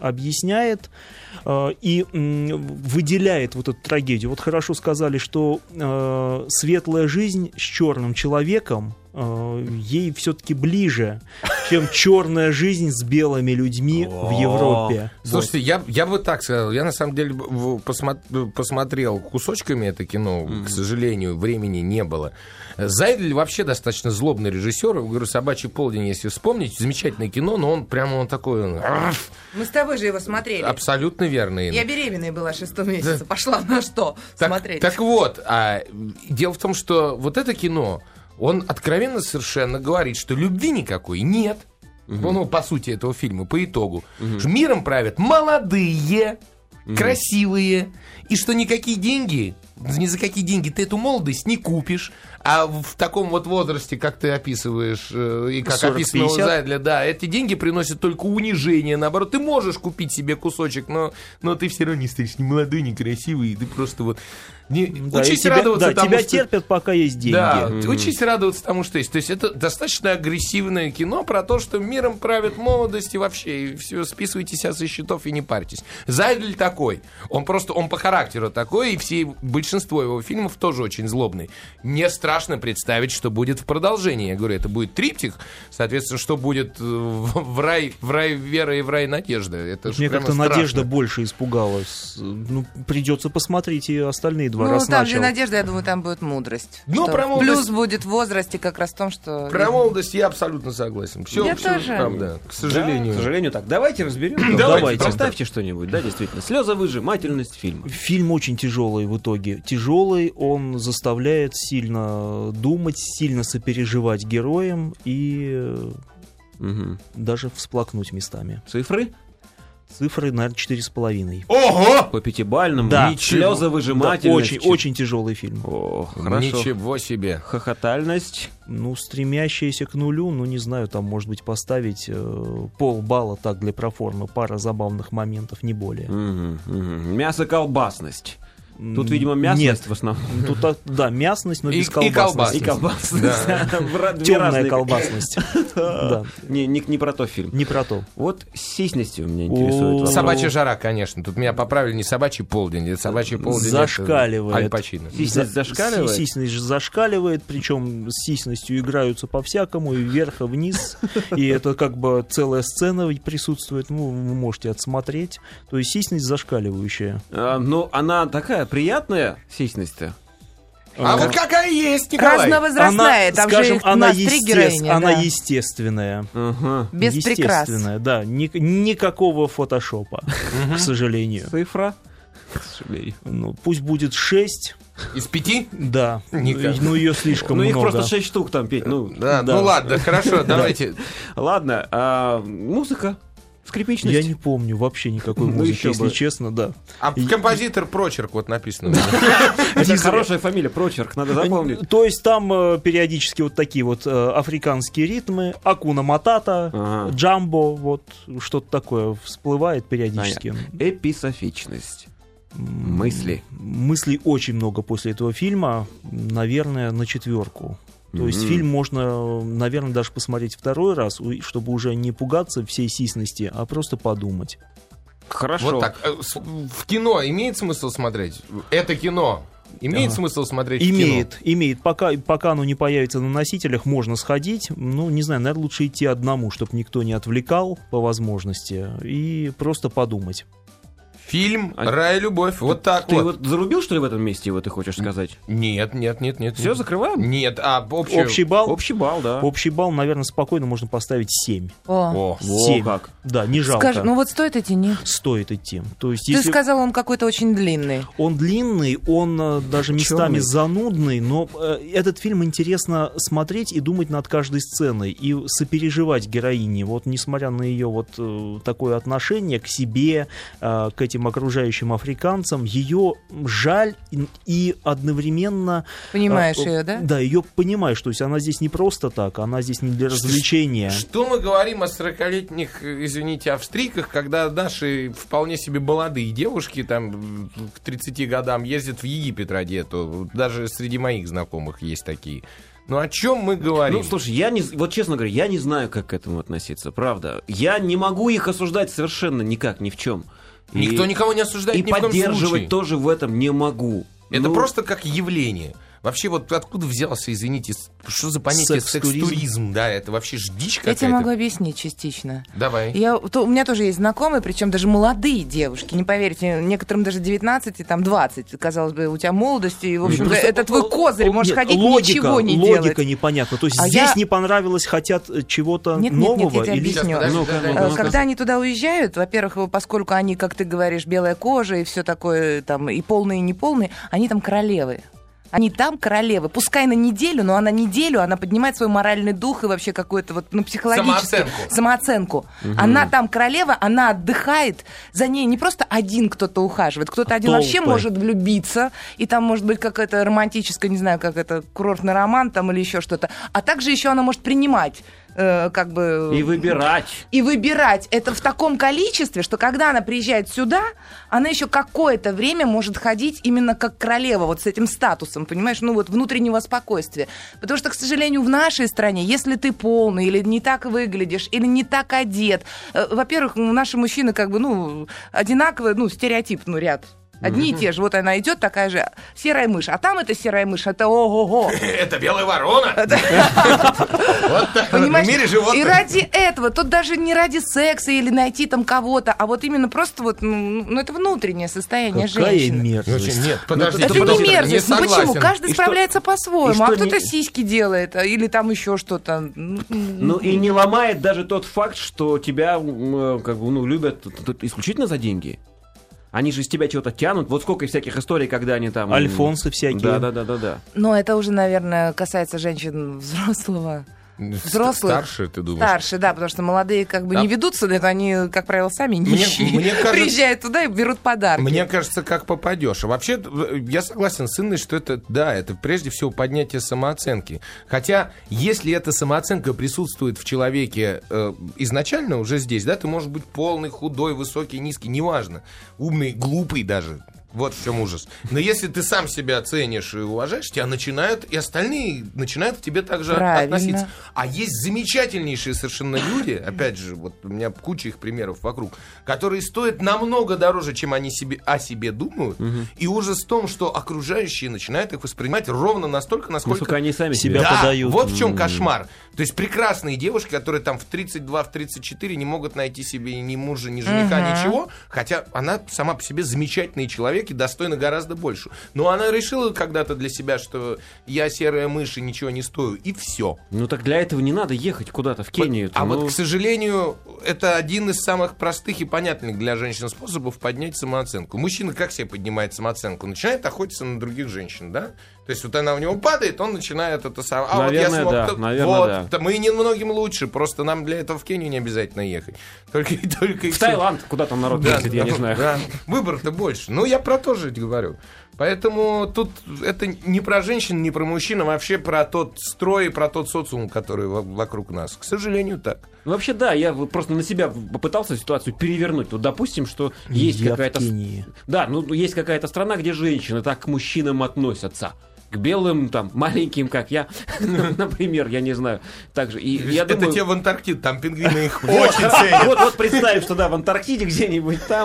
и выделяет вот эту трагедию. Вот хорошо сказали, что светлая жизнь с черным человеком ей все-таки ближе, чем черная жизнь с белыми людьми в Европе. Слушайте, я бы так сказал. Я на самом деле посмотрел кусочками это кино. К сожалению, времени не было. Зайдель вообще достаточно злобный режиссер. Я говорю, «Собачий полдень», если вспомнить, замечательное кино, но он такой... Мы с тобой же его смотрели. Абсолютно верно. Я беременная была 6 месяца. Пошла на что смотреть? Так вот, дело в том, что вот это кино... он откровенно совершенно говорит, что любви никакой нет. Ну, по сути этого фильма, по итогу. Что миром правят молодые, красивые, и что никакие деньги, ни за какие деньги ты эту молодость не купишь, а в таком вот возрасте, как ты описываешь, и как описано у Зайдля, да, эти деньги приносят только унижение, наоборот, ты можешь купить себе кусочек, но ты все равно не стоишь ни молодой, ни красивый, ты просто вот... учись радоваться тому, тебя что... терпят, пока есть деньги. Да, учись радоваться тому, что есть. То есть это достаточно агрессивное кино про то, что миром правит молодость и вообще, и все, списывайте себя со счетов и не парьтесь. Зайдль такой. Он по характеру такой, и большинство его фильмов тоже очень злобный. Мне страшно представить, что будет в продолжении. Я говорю, это будет триптих, соответственно, что будет в рай вера и в рай надежда. Это мне как-то страшно. Надежда больше испугалась. Ну, придется посмотреть и остальные два. Ну, там же надежда, я думаю, там будет мудрость. Ну, про молодость... Плюс будет в возрасте как раз в том, что... Про молодость я абсолютно согласен. Я тоже. Правда, к сожалению. Да, к сожалению, так. Давайте разберем. Давайте. Поставьте что-нибудь, да, действительно. Слезовыжимательность фильма. Фильм очень тяжелый в итоге. Тяжелый, он заставляет сильно думать, сильно сопереживать героям и даже всплакнуть местами. Цифры? Цифры, наверное, 4,5. Ого! По пятибалльному? Да. Слезовыжимательность. Да, очень, очень тяжелый фильм. О, хорошо. Ничего себе. Хохотальность. Ну, стремящаяся к нулю, ну, не знаю, там, может быть, поставить полбалла так для проформы, пара забавных моментов, не более. Мясо-колбасность. Тут, видимо, мясность Нет. в основном. Тут, да, мясность, но без колбасности. И колбасность. Темная колбасность. Не про то фильм. Не про то. Вот сисностью меня интересует вопрос. Собачья жара, конечно. Тут меня поправили, не собачий полдень. Это собачий полдень. Зашкаливает. Аль Пачино. Сисность зашкаливает? Сисность зашкаливает, причем с сисностью играются по-всякому, и вверх, и вниз. И это как бы целая сцена присутствует. Ну, вы можете отсмотреть. То есть сисность зашкаливающая. Ну, она такая приятная сисность-то. А вот какая есть, Николай? Разновозрастная, там же у нас три героини. Она естественная. Без прикрас. Естественная, да. Никакого фотошопа, к сожалению. Цифра? К сожалению. Ну, пусть будет 6. Из 5? Да. Ну, ее слишком много. Ну, их просто 6 штук там, Петь. Ну ладно, хорошо, давайте. Ладно, музыка. Скрипичность. Я не помню вообще никакой музыки, если честно, да. А композитор Прочерк вот написано. Это хорошая фамилия, Прочерк, надо запомнить. То есть там периодически вот такие вот африканские ритмы, Акуна Матата, Джамбо, вот что-то такое всплывает периодически. Эписофичность. Мысли. Мыслей очень много после этого фильма, наверное, на 4. То есть фильм можно, наверное, даже посмотреть второй раз, чтобы уже не пугаться всей сисности, а просто подумать. Хорошо. Вот так. В кино имеет смысл смотреть? Это кино имеет смысл смотреть в кино? Имеет. Пока оно не появится на носителях, можно сходить. Ну, не знаю, наверное, лучше идти одному, чтобы никто не отвлекал по возможности, и просто подумать. Фильм «Рай и любовь». Вот так ты вот. Ты вот зарубил, что ли, в этом месте, его ты хочешь сказать? Нет. Все, закрываем? Нет, общий балл? Общий балл, да. Общий балл, наверное, спокойно можно поставить 7. О, 7. Как? Да, не жалко. Скажи, ну вот стоит идти, нет? Стоит идти. То есть, Ты сказал, он какой-то очень длинный. Он длинный, он даже местами занудный, но этот фильм интересно смотреть и думать над каждой сценой, и сопереживать героине. Вот несмотря на ее вот такое отношение к себе, к этим окружающим африканцам, ее жаль и одновременно... Понимаешь ее, да? Да, ее понимаешь, то есть она здесь не просто так, она здесь не для развлечения. Что мы говорим о 40-летних, извините, австрийках, когда наши вполне себе молодые девушки там к 30 годам ездят в Египет ради этого. Даже среди моих знакомых есть такие. Ну о чем мы говорим? Ну, слушай, вот честно говоря, я не знаю, как к этому относиться, правда. Я не могу их осуждать совершенно никак, ни в чем. Никто никого не осуждает ни в коем случае. И поддерживать тоже в этом не могу. Это просто как явление. Вообще, вот откуда взялся, извините, что за понятие секс-туризм? Да, это вообще ж дичь какая-то. Я тебе могу объяснить частично. Давай. У меня тоже есть знакомые, причем даже молодые девушки, не поверите, некоторым даже 19 и там 20. Казалось бы, у тебя молодость, и, в общем-то, это твой козырь, можешь ходить, ничего не делать. Логика непонятна. То есть здесь не понравилось, хотят чего-то нового? Нет, я тебе объясню. Когда они туда уезжают, во-первых, поскольку они, как ты говоришь, белая кожа и все такое, там, и полные, и неполные, они там королевы. Они там королевы. Пускай на неделю, но она неделю, она поднимает свой моральный дух и вообще какой-то вот, психологический... Самооценку. Она там королева, она отдыхает. За ней не просто один кто-то ухаживает. Кто-то один вообще может влюбиться. И там может быть какая-то романтическая, не знаю, как это, курортный роман там или еще что-то. А также еще она может принимать. Как бы... И выбирать. И выбирать. Это в таком количестве, что когда она приезжает сюда, она еще какое-то время может ходить именно как королева, вот с этим статусом, понимаешь, внутреннего спокойствия. Потому что, к сожалению, в нашей стране, если ты полный, или не так выглядишь, или не так одет, во-первых, наши мужчины одинаковые, стереотип, ряд. Одни и те же. Вот она идет, такая же серая мышь. А там эта серая мышь, это ого-го. Это белая ворона. Понимаешь? В мире животных. И ради этого, тут даже не ради секса или найти там кого-то, а вот именно просто это внутреннее состояние женщины. Какая мерзость. Нет, подожди. Это не мерзость. Почему? Каждый справляется по-своему. А кто-то сиськи делает, или там еще что-то. И не ломает даже тот факт, что тебя любят исключительно за деньги. Они же из тебя чего-то тянут. Вот сколько всяких историй, когда они там... Альфонсы всякие. Да. Но это уже, наверное, касается женщин взрослых. Старше, ты думаешь? Старше, да, потому что молодые не ведутся на это, они, как правило, сами нищие. Мне кажется, приезжают туда и берут подарки. Мне кажется, как попадешь. Вообще, я согласен с Инной, что это прежде всего поднятие самооценки. Хотя, если эта самооценка присутствует в человеке изначально уже здесь, да, ты можешь быть полный, худой, высокий, низкий, неважно, умный, глупый даже. Вот в чем ужас. Но если ты сам себя ценишь и уважаешь, тебя и остальные начинают к тебе также относиться. А есть замечательнейшие совершенно люди, опять же, вот у меня куча их примеров вокруг, которые стоят намного дороже, чем они о себе думают. И ужас в том, что окружающие начинают их воспринимать ровно настолько, насколько они сами себя подают. Вот в чем кошмар. То есть прекрасные девушки, которые там в 32, в 34 не могут найти себе ни мужа, ни жениха, ничего, хотя она сама по себе замечательный человек и достойна гораздо больше. Но она решила когда-то для себя, что я серая мышь и ничего не стою, и все. Так для этого не надо ехать куда-то в Кению. Вот, к сожалению, это один из самых простых и понятных для женщин способов поднять самооценку. Мужчина как себе поднимает самооценку? Начинает охотиться на других женщин, да? То есть вот она у него падает, он начинает это самое. Наверное, вот я смог. Наверное, да. Мы немногим лучше, просто нам для этого в Кению не обязательно ехать. Только в Таиланд, куда там народ ездит, я не знаю. Да. Выбор-то больше. Я про то же говорю. Поэтому тут это не про женщин, не про мужчин, а вообще про тот строй, про тот социум, который вокруг нас. К сожалению, так. Вообще, да, я просто на себя попытался ситуацию перевернуть. Допустим, что есть какая-то... Да, есть какая-то страна, где женщины так к мужчинам относятся. К белым, маленьким, как я, например, я не знаю. Также. И я это думаю... те в Антарктиде, там пингвины их очень ценят. Вот представим, что в Антарктиде где-нибудь там...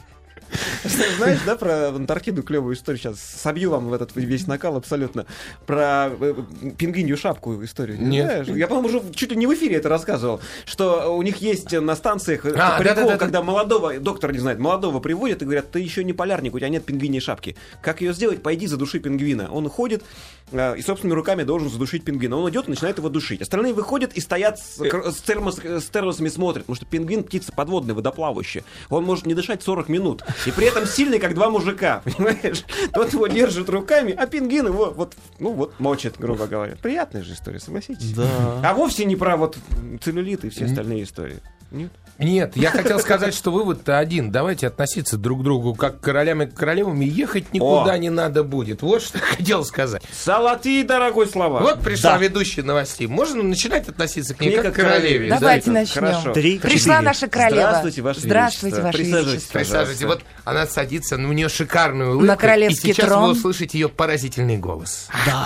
Знаешь, да, про Антарктиду клевую историю сейчас собью вам в этот весь накал абсолютно. Про пингвинью шапку историю. Не знаешь? Я, по-моему, уже чуть ли не в эфире это рассказывал, что у них есть на станциях прикол, когда доктор не знает, молодого приводят и говорят, ты еще не полярник, у тебя нет пингвиньей шапки. Как ее сделать? Пойди задуши пингвина. Он уходит и собственными руками должен задушить пингвина. Он идет и начинает его душить. Остальные выходят и стоят с термосами смотрят, потому что пингвин птица подводная, водоплавающая. Он может не дышать 40 минут. И при этом сильный, как два мужика, понимаешь? Тот его держит руками, а пингвин его мочит, грубо говоря. Приятная же история, согласитесь? Да. А вовсе не про целлюлит и все остальные истории. Нет, я хотел сказать, что вывод-то один. Давайте относиться друг к другу как к королям и к королевам, и ехать никуда не надо будет. Вот что я хотел сказать. Золотые, дорогой слова. Вот пришла ведущая новостей. Можно начинать относиться к ней как к королеве. Давайте начнем. Пришла наша королева. Здравствуйте, Ваше Величество. Присаживайтесь. Вот она садится, у нее шикарная улыбка. На королевский трон. И сейчас вы услышите ее поразительный голос. Да.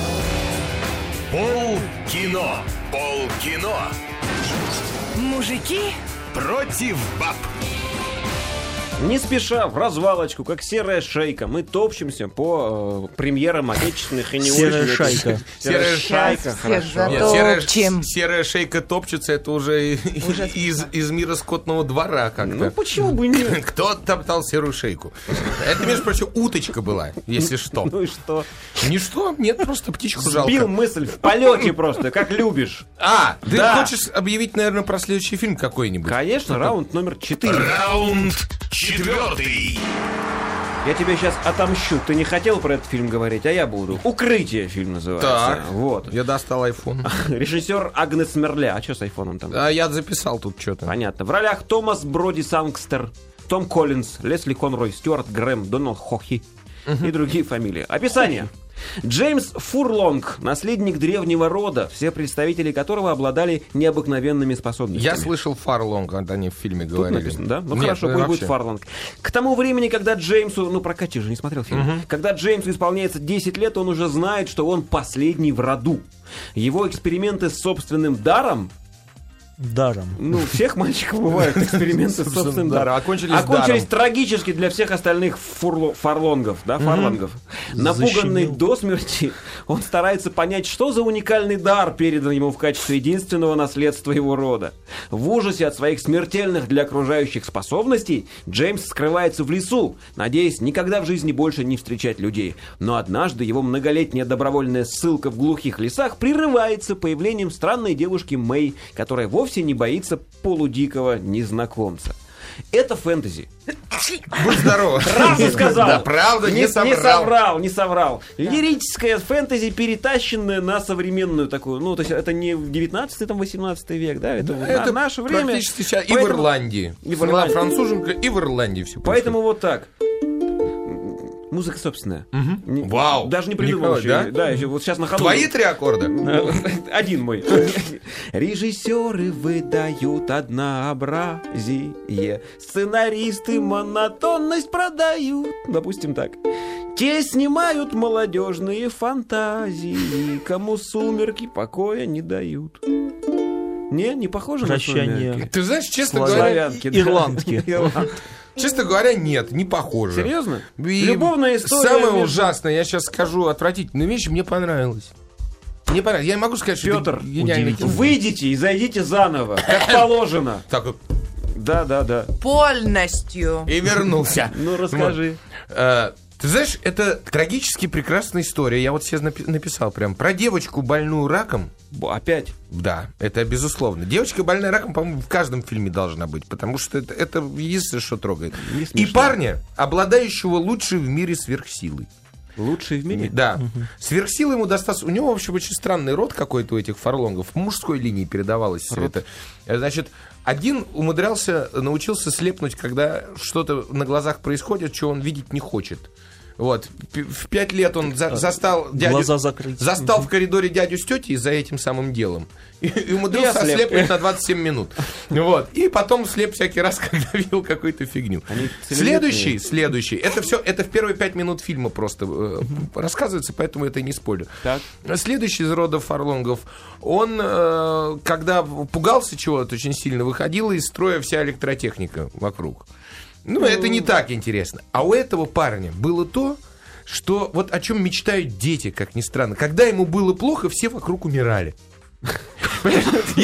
Полкино. Полкино. Мужики против баб. Не спеша, в развалочку, как серая шейка, мы топчемся по премьерам отечественных и не серая шайка. Серая шайка, хорошо. Нет, серая шейка топчется, это уже из мира скотного двора как-то. Почему бы нет? Кто топтал серую шейку? Это, между прочим, уточка была, если что. Ну и что? Ничто, нет, просто птичку жалко. Сбил мысль в полете просто, как любишь. Ты хочешь объявить, наверное, про следующий фильм какой-нибудь? Конечно, раунд номер 4. Раунд 4. Я тебе сейчас отомщу. Ты не хотел про этот фильм говорить, а я буду. «Укрытие» фильм называется. Так, вот. Я достал айфон. Режиссер Агнес Мерля. А что с айфоном там? Я записал тут что-то. Понятно. В ролях Томас Броди Сангстер, Том Коллинз, Лесли Конрой, Стюарт Грэм, Дональд Хохи и другие фамилии. Описание. Джеймс Фурлонг, наследник древнего рода, все представители которого обладали необыкновенными способностями. Я слышал Фарлонг, когда они в фильме говорили. Тут написано, да? Ну Нет, хорошо, пусть вообще. будет Фарлонг. К тому времени, когда Джеймсу... Ну, прокати же, не смотрел фильм. Когда Джеймсу исполняется 10 лет, он уже знает, что он последний в роду. Его эксперименты с собственным даром... Даром. Ну, у всех мальчиков бывают эксперименты с собственным даром. Окончились трагически для всех остальных фарлонгов, да, фарлонгов. Напуганный до смерти, он старается понять, что за уникальный дар передан ему в качестве единственного наследства его рода. В ужасе от своих смертельных для окружающих способностей Джеймс скрывается в лесу, надеясь никогда в жизни больше не встречать людей. Но однажды его многолетняя добровольная ссылка в глухих лесах прерывается появлением странной девушки Мэй, которая вовсе не боится полудикого незнакомца. Это фэнтези. Будь здоров. Сразу сказал. Да, правда, не соврал. Не соврал. Лирическое фэнтези, перетащенное на современную такую, ну, то есть это не 19 там, 18 век, да, это наше время. Практически сейчас и в Ирландии. Сняла француженка, и в Ирландии все. Поэтому вот так. Музыка собственная. Вау. Даже не придумал еще. Да? Да, еще вот сейчас на ходу. Твои 3 аккорда? Один мой. Режиссеры выдают однообразие, сценаристы монотонность продают. Допустим так. Те снимают молодежные фантазии, кому сумерки покоя не дают. Не похоже на сумерки? Ты знаешь, честно говоря, ирландки. Честно говоря, нет, не похоже. Серьезно? И Любовная история. Самое ужасное, я сейчас скажу отвратительную вещь, мне понравилось. Мне понравилось. Я не могу сказать, что Петр, это гениальный кино. выйдите и зайдите заново, как положено. Так, Да. Полностью. и вернулся. Ну, расскажи. Ты знаешь, это трагически прекрасная история. Я вот себе написал прям про девочку, больную раком. Опять? Да, это безусловно. Девочка, больная раком, по-моему, в каждом фильме должна быть, потому что это единственное, что трогает. И парня, обладающего лучшей в мире сверхсилой. Лучший в мире? Да. Сверхсилы ему достаточно... У него, в общем, очень странный род какой-то у этих фарлонгов. В мужской линии передавалось все это. Значит, один научился слепнуть, когда что-то на глазах происходит, что он видеть не хочет. Вот. В 5 лет он застал в коридоре дядю с тетей за этим самым делом. И умудрился ослепнуть на 27 минут. Вот. И потом слеп всякий раз, когда видел какую-то фигню. Следующий. Это в первые 5 минут фильма просто рассказывается, поэтому это не спойлер. Так. Следующий из рода фарлонгов, он, когда пугался чего-то очень сильно, выходила из строя вся электротехника вокруг. Ну, это не так интересно. А у этого парня было то, что вот о чем мечтают дети, как ни странно. Когда ему было плохо, все вокруг умирали. Я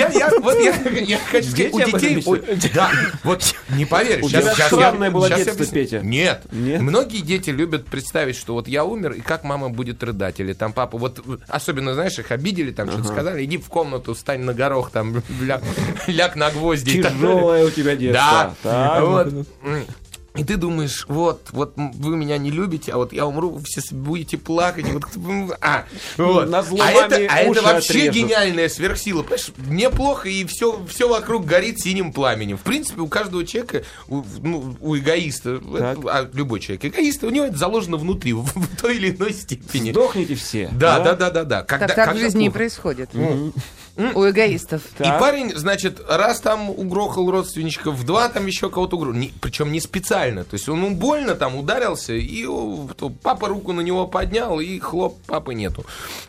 хочу сказать, у детей... Да, вот не поверишь. У тебя странное было детство, Петя. Нет. Многие дети любят представить, что вот я умер, и как мама будет рыдать. Или там папа, вот особенно, знаешь, их обидели, там что-то сказали, иди в комнату, встань на горох, там ляг на гвозди. Тяжелое у тебя детство. Да. И ты думаешь, вот вы меня не любите, а вот я умру, вы все будете плакать. Это вообще гениальная сверхсила. Понимаешь, мне плохо, и все вокруг горит синим пламенем. В принципе, у каждого человека, у эгоиста, любой человек эгоист, у него это заложено внутри, в той или иной степени. Сдохните все. Да. Так в жизни и происходит. У эгоистов. И парень, значит, раз там угрохал родственничков, 2 там еще кого-то угрохал. Причем не специально. То есть он больно там ударился, и папа руку на него поднял, и хлоп, папы нету.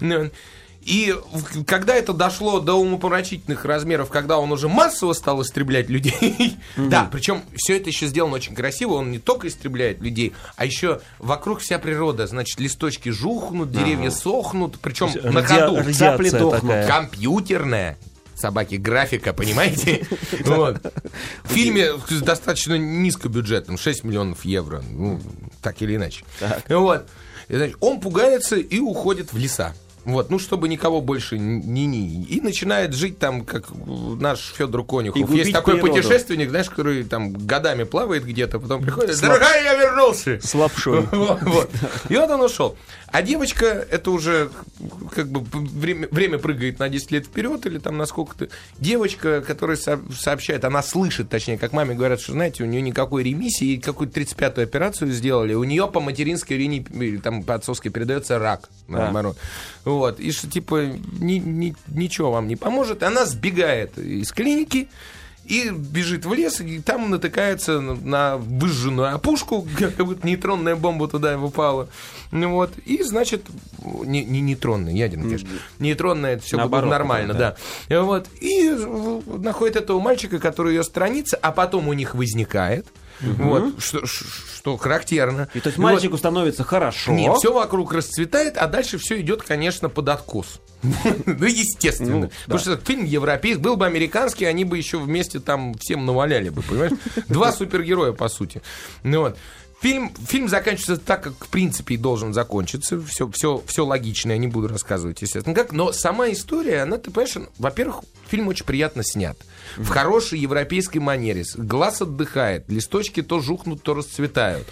И когда это дошло до умопомрачительных размеров, когда он уже массово стал истреблять людей, да, причем все это еще сделано очень красиво, он не только истребляет людей, а еще вокруг вся природа, значит, листочки жухнут, деревья сохнут, причем на ходу, цапли дохнут, компьютерная. Собаки, графика, понимаете? Вот. В фильме достаточно низкобюджетным, 6 миллионов евро, так или иначе. Вот. И, значит, он пугается и уходит в леса. Вот, ну, чтобы никого больше не... И начинает жить там, как наш Федор Конюхов. Есть такой путешественник, знаешь, который там годами плавает где-то, потом приходит: дорогая, я вернулся! С лапшой. И вот он ушел. А девочка, это уже как бы время прыгает на 10 лет вперед или там на сколько-то. Девочка, которая сообщает, она слышит, точнее, как маме говорят, что, знаете, у нее никакой ремиссии, какую-то 35-ю операцию сделали, у нее по материнской линии, или там по отцовской передается рак. Наоборот. Вот. И что, типа, ничего вам не поможет. Она сбегает из клиники и бежит в лес, и там натыкается на выжженную опушку, как будто нейтронная бомба туда упала. Ну вот. И, значит, не нейтронная, ядерная, конечно. Нейтронная, это все будет нормально, да. Вот. И находит этого мальчика, который ее сторонится, а потом у них возникает. Вот, что характерно. И то есть мальчику становится хорошо. Нет, все вокруг расцветает, а дальше все идет, конечно, под откос. Ну, естественно. Потому что фильм европейский, был бы американский, они бы еще вместе там всем наваляли бы, понимаешь? Два супергероя, по сути. Ну вот. Фильм заканчивается так, как в принципе и должен закончиться. Все логично, я не буду рассказывать, естественно, как. Но сама история, она, ты понимаешь, во-первых, фильм очень приятно снят. В хорошей европейской манере. Глаз отдыхает, листочки то жухнут, то расцветают.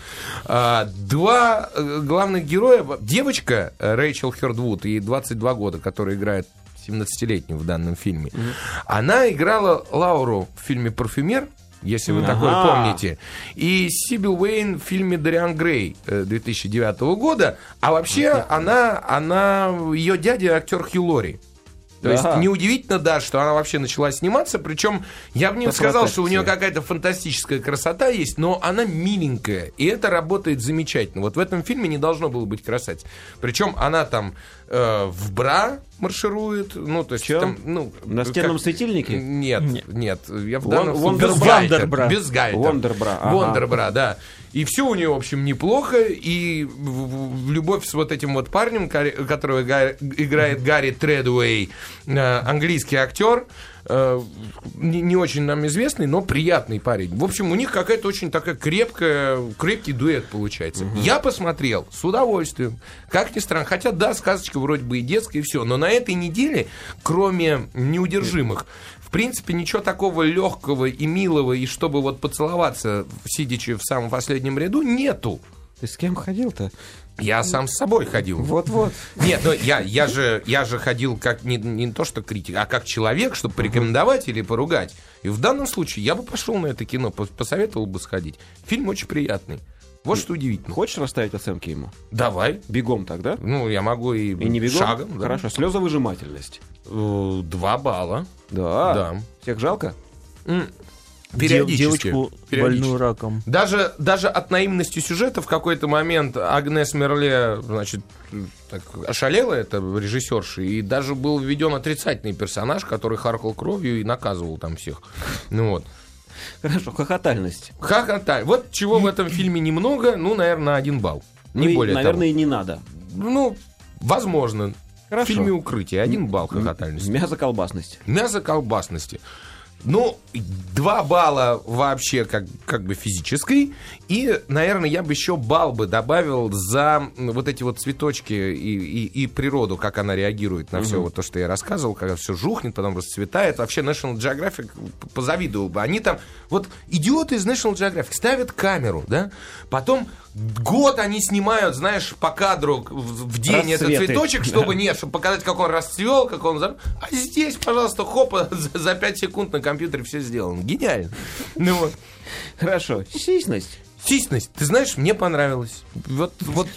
Два главных героя. Девочка Рэйчел Хёрдвуд, ей 22 года, которая играет 17-летнюю в данном фильме. Она играла Лауру в фильме «Парфюмер», если вы такое помните. И Сибил Уэйн в фильме «Дориан Грей» 2009 года. А вообще ее дядя актер Хью Лори. То есть неудивительно, да, что она вообще начала сниматься. Причем я бы не сказал, что у нее какая-то фантастическая красота есть, но она миленькая. И это работает замечательно. Вот в этом фильме не должно было быть красавицей. Причем она там в бра марширует. Ну, то есть там, ну, на стенном светильнике? Нет. Я в данном случае Вондербра. Вондербра, да. И все у нее, в общем, неплохо. И в любовь с вот этим вот парнем, которого играет Гарри Тредуэй, английский актер, не очень нам известный, но приятный парень. В общем, у них какая-то очень такая крепкий дуэт получается. Я посмотрел с удовольствием. Как ни странно. Хотя, да, сказочка вроде бы и детская, и все. Но на этой неделе, кроме «Неудержимых», в принципе, ничего такого легкого и милого, и чтобы вот поцеловаться, сидячи в самом последнем ряду, нету. Ты с кем ходил-то? Я сам с собой ходил. Вот-вот. Нет, но я же ходил как не то, что критик, а как человек, чтобы порекомендовать или поругать. И в данном случае я бы пошел на это кино, посоветовал бы сходить. Фильм очень приятный. Вот что удивительно. Хочешь расставить оценки ему? Давай. Бегом тогда? Ну, я могу и не бегом? Шагом. Да. Хорошо. Слезовыжимательность. 2 балла. Да. Всех жалко? Периодически. Девочку больную раком. Даже от наивности сюжета в какой-то момент Агнес Мерле, значит, так ошалела, это режиссерша, и даже был введен отрицательный персонаж, который харкал кровью и наказывал там всех. Ну вот. Хорошо, хохотальность. Вот чего в этом фильме немного, ну, наверное, 1 балл. Не более того. Наверное, и не надо. Ну, возможно. Хорошо. В фильме «Укрытие» 1 балл хохотальности. Мясо-колбасность. Мясо-колбасности. Ну, 2 балла вообще как бы физической. И, наверное, я бы еще балл бы добавил за вот эти вот цветочки и природу, как она реагирует на все вот то, что я рассказывал, когда все жухнет, потом расцветает. Вообще National Geographic позавидовал бы. Они там, вот идиоты из National Geographic ставят камеру, да, потом год они снимают, знаешь, по кадру в день этот цветочек, чтобы чтобы показать, как он расцвел, как он... А здесь, пожалуйста, хопа, за 5 секунд на компьютере все сделано. Гениально. Ну вот. Хорошо. Сисьность. Ты знаешь, мне понравилось. Вот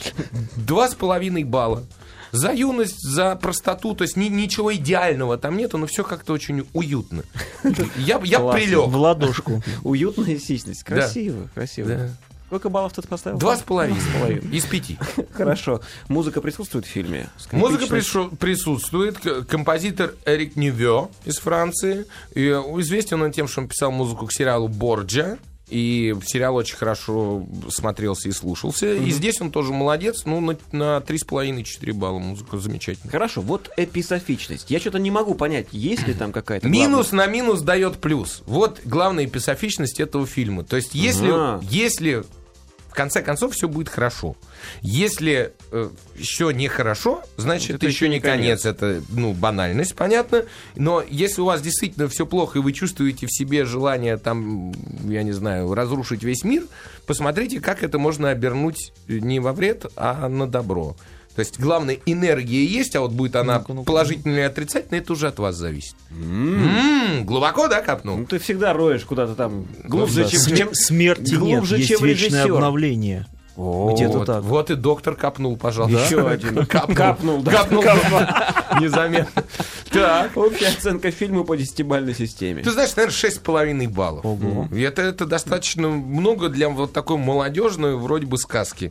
2,5 балла. За юность, за простоту, то есть ничего идеального там нету, но все как-то очень уютно. Я прилег. В ладошку. Уютная сисьность. Красиво. Да. Сколько баллов ты поставил? 2,5 из 5. Хорошо. Музыка присутствует в фильме? Музыка присутствует. Композитор Эрик Невё из Франции. И известен он тем, что он писал музыку к сериалу «Борджиа». И сериал очень хорошо смотрелся и слушался. И здесь он тоже молодец. Ну, на 3,5-4 балла музыка замечательная. Хорошо, вот эписофичность. Я что-то не могу понять, есть ли там какая-то... Минус на минус дает плюс. Вот главная эписофичность этого фильма. То есть, если в конце концов все будет хорошо. Если еще не хорошо, значит, это еще не конец. Это, банальность, понятно. Но если у вас действительно все плохо, и вы чувствуете в себе желание, там, я не знаю, разрушить весь мир, посмотрите, как это можно обернуть не во вред, а на добро. То есть, главное, энергия есть, а вот будет она положительная или отрицательная, это уже от вас зависит. Глубоко, да, копнул? Ну, ты всегда роешь куда-то там глубже, чем смерти нет, есть вечное обновление. Где-то так. Вот и доктор копнул, пожалуйста. Еще один. Копнул. Незаметно. Так. Общая оценка фильма по 10-бальной системе. Ты знаешь, наверное, 6,5 баллов. Ого. Это достаточно много для вот такой молодежной, вроде бы, сказки.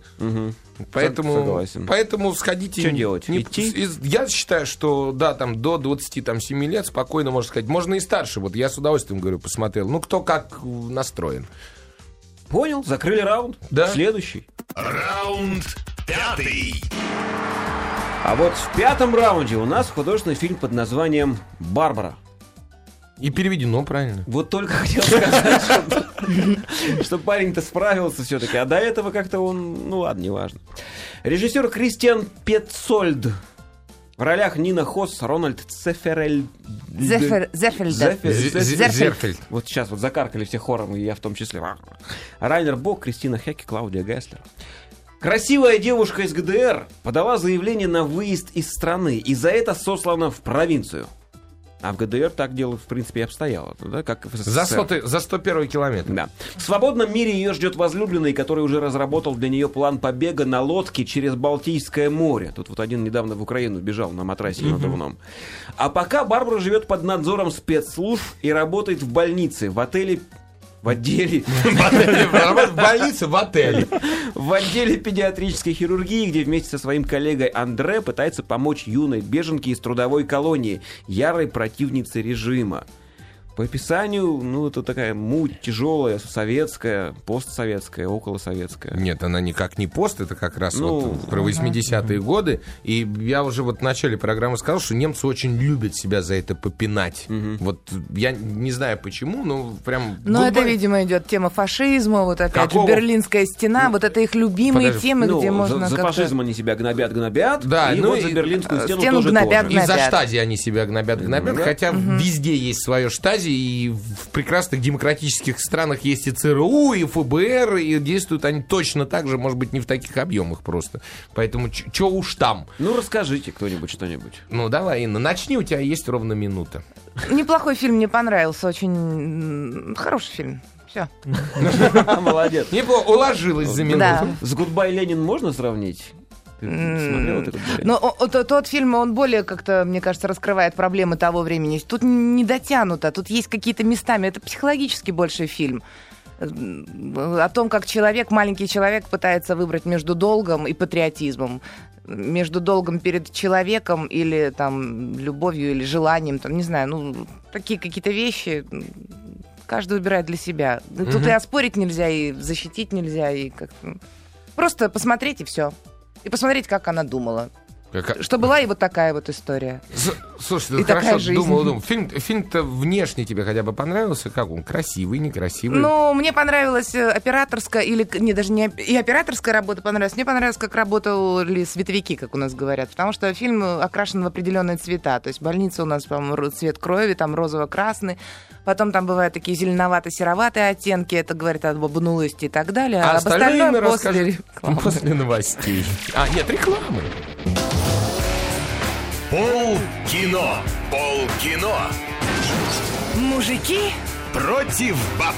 Поэтому сходите. Что делать? Идти? Я считаю, что да, там до 27 лет спокойно можно сказать. Можно и старше. Вот я с удовольствием говорю, посмотрел. Ну, кто как настроен. Понял, закрыли раунд. Да. Следующий. Раунд 5. А вот в 5-м раунде у нас художественный фильм под названием «Барбара». И переведено правильно. Вот только хотел сказать, что парень-то справился все-таки. А до этого как-то он... Ну ладно, неважно. Режиссер Кристиан Петцольд. В ролях Нина Хосс, Рональд Зеффельд. Вот сейчас вот закаркали все хором, и я в том числе. Райнер Бок, Кристина Хеке, Клаудия Гесслер. Красивая девушка из ГДР подала заявление на выезд из страны, и за это сослана в провинцию. А в ГДР так дело, в принципе, и обстояло. Да, как в СССР. За 101 километр. Да. В свободном мире ее ждет возлюбленный, который уже разработал для нее план побега на лодке через Балтийское море. Тут вот один недавно в Украину бежал на матрасе надувном. А пока Барбара живет под надзором спецслужб и работает в больнице, в отеле... В отделе... В больнице, в отеле. В отделе педиатрической хирургии, где вместе со своим коллегой Андре пытается помочь юной беженке из трудовой колонии, ярой противнице режима. По описанию, ну, это такая муть тяжелая, советская, постсоветская, околосоветская. Нет, она никак не пост, это как раз вот про 80-е годы. И я уже вот в начале программы сказал, что немцы очень любят себя за это попинать. Вот я не знаю почему, но прям... Но это, видимо, идет тема фашизма, вот опять же Берлинская стена, вот это их любимые темы, где можно за фашизм они себя гнобят, да, и вот за Берлинскую стену тоже. И за штази они себя гнобят, хотя везде есть свое штази, и в прекрасных демократических странах есть и ЦРУ, и ФБР, и действуют они точно так же, может быть, не в таких объемах просто. Поэтому чё уж там. Ну, расскажите кто-нибудь что-нибудь. Ну, давай, Инна, начни, у тебя есть ровно минута. Неплохой фильм, мне понравился, очень хороший фильм. Все. Молодец. Неплохо, уложилась за минуту. С «Гудбай, Ленин» можно сравнить? Но тот фильм, он более как-то, мне кажется, раскрывает проблемы того времени. Тут не дотянуто, тут есть какие-то местами. Это психологически больше фильм. О том, как маленький человек пытается выбрать между долгом и патриотизмом. Между долгом перед человеком или там любовью или желанием. Там, не знаю, такие какие-то вещи... Каждый выбирает для себя. Тут и оспорить нельзя, и защитить нельзя, и как-то... Просто посмотреть, и все. И посмотреть, как она думала. Что была и вот такая вот история. Слушай, ты хорошо думал. Фильм-то внешне тебе хотя бы понравился? Как он? Красивый, некрасивый? Ну, мне понравилась операторская, даже не и операторская работа понравилась. Мне понравилось, как работали световики, как у нас говорят. Потому что фильм окрашен в определенные цвета. То есть больница у нас, по-моему, цвет крови, там розово-красный. Потом там бывают такие зеленовато-сероватые оттенки. Это говорит об обнулости и так далее. А остальное после новостей. Нет, рекламы. Полкино. Мужики против баб.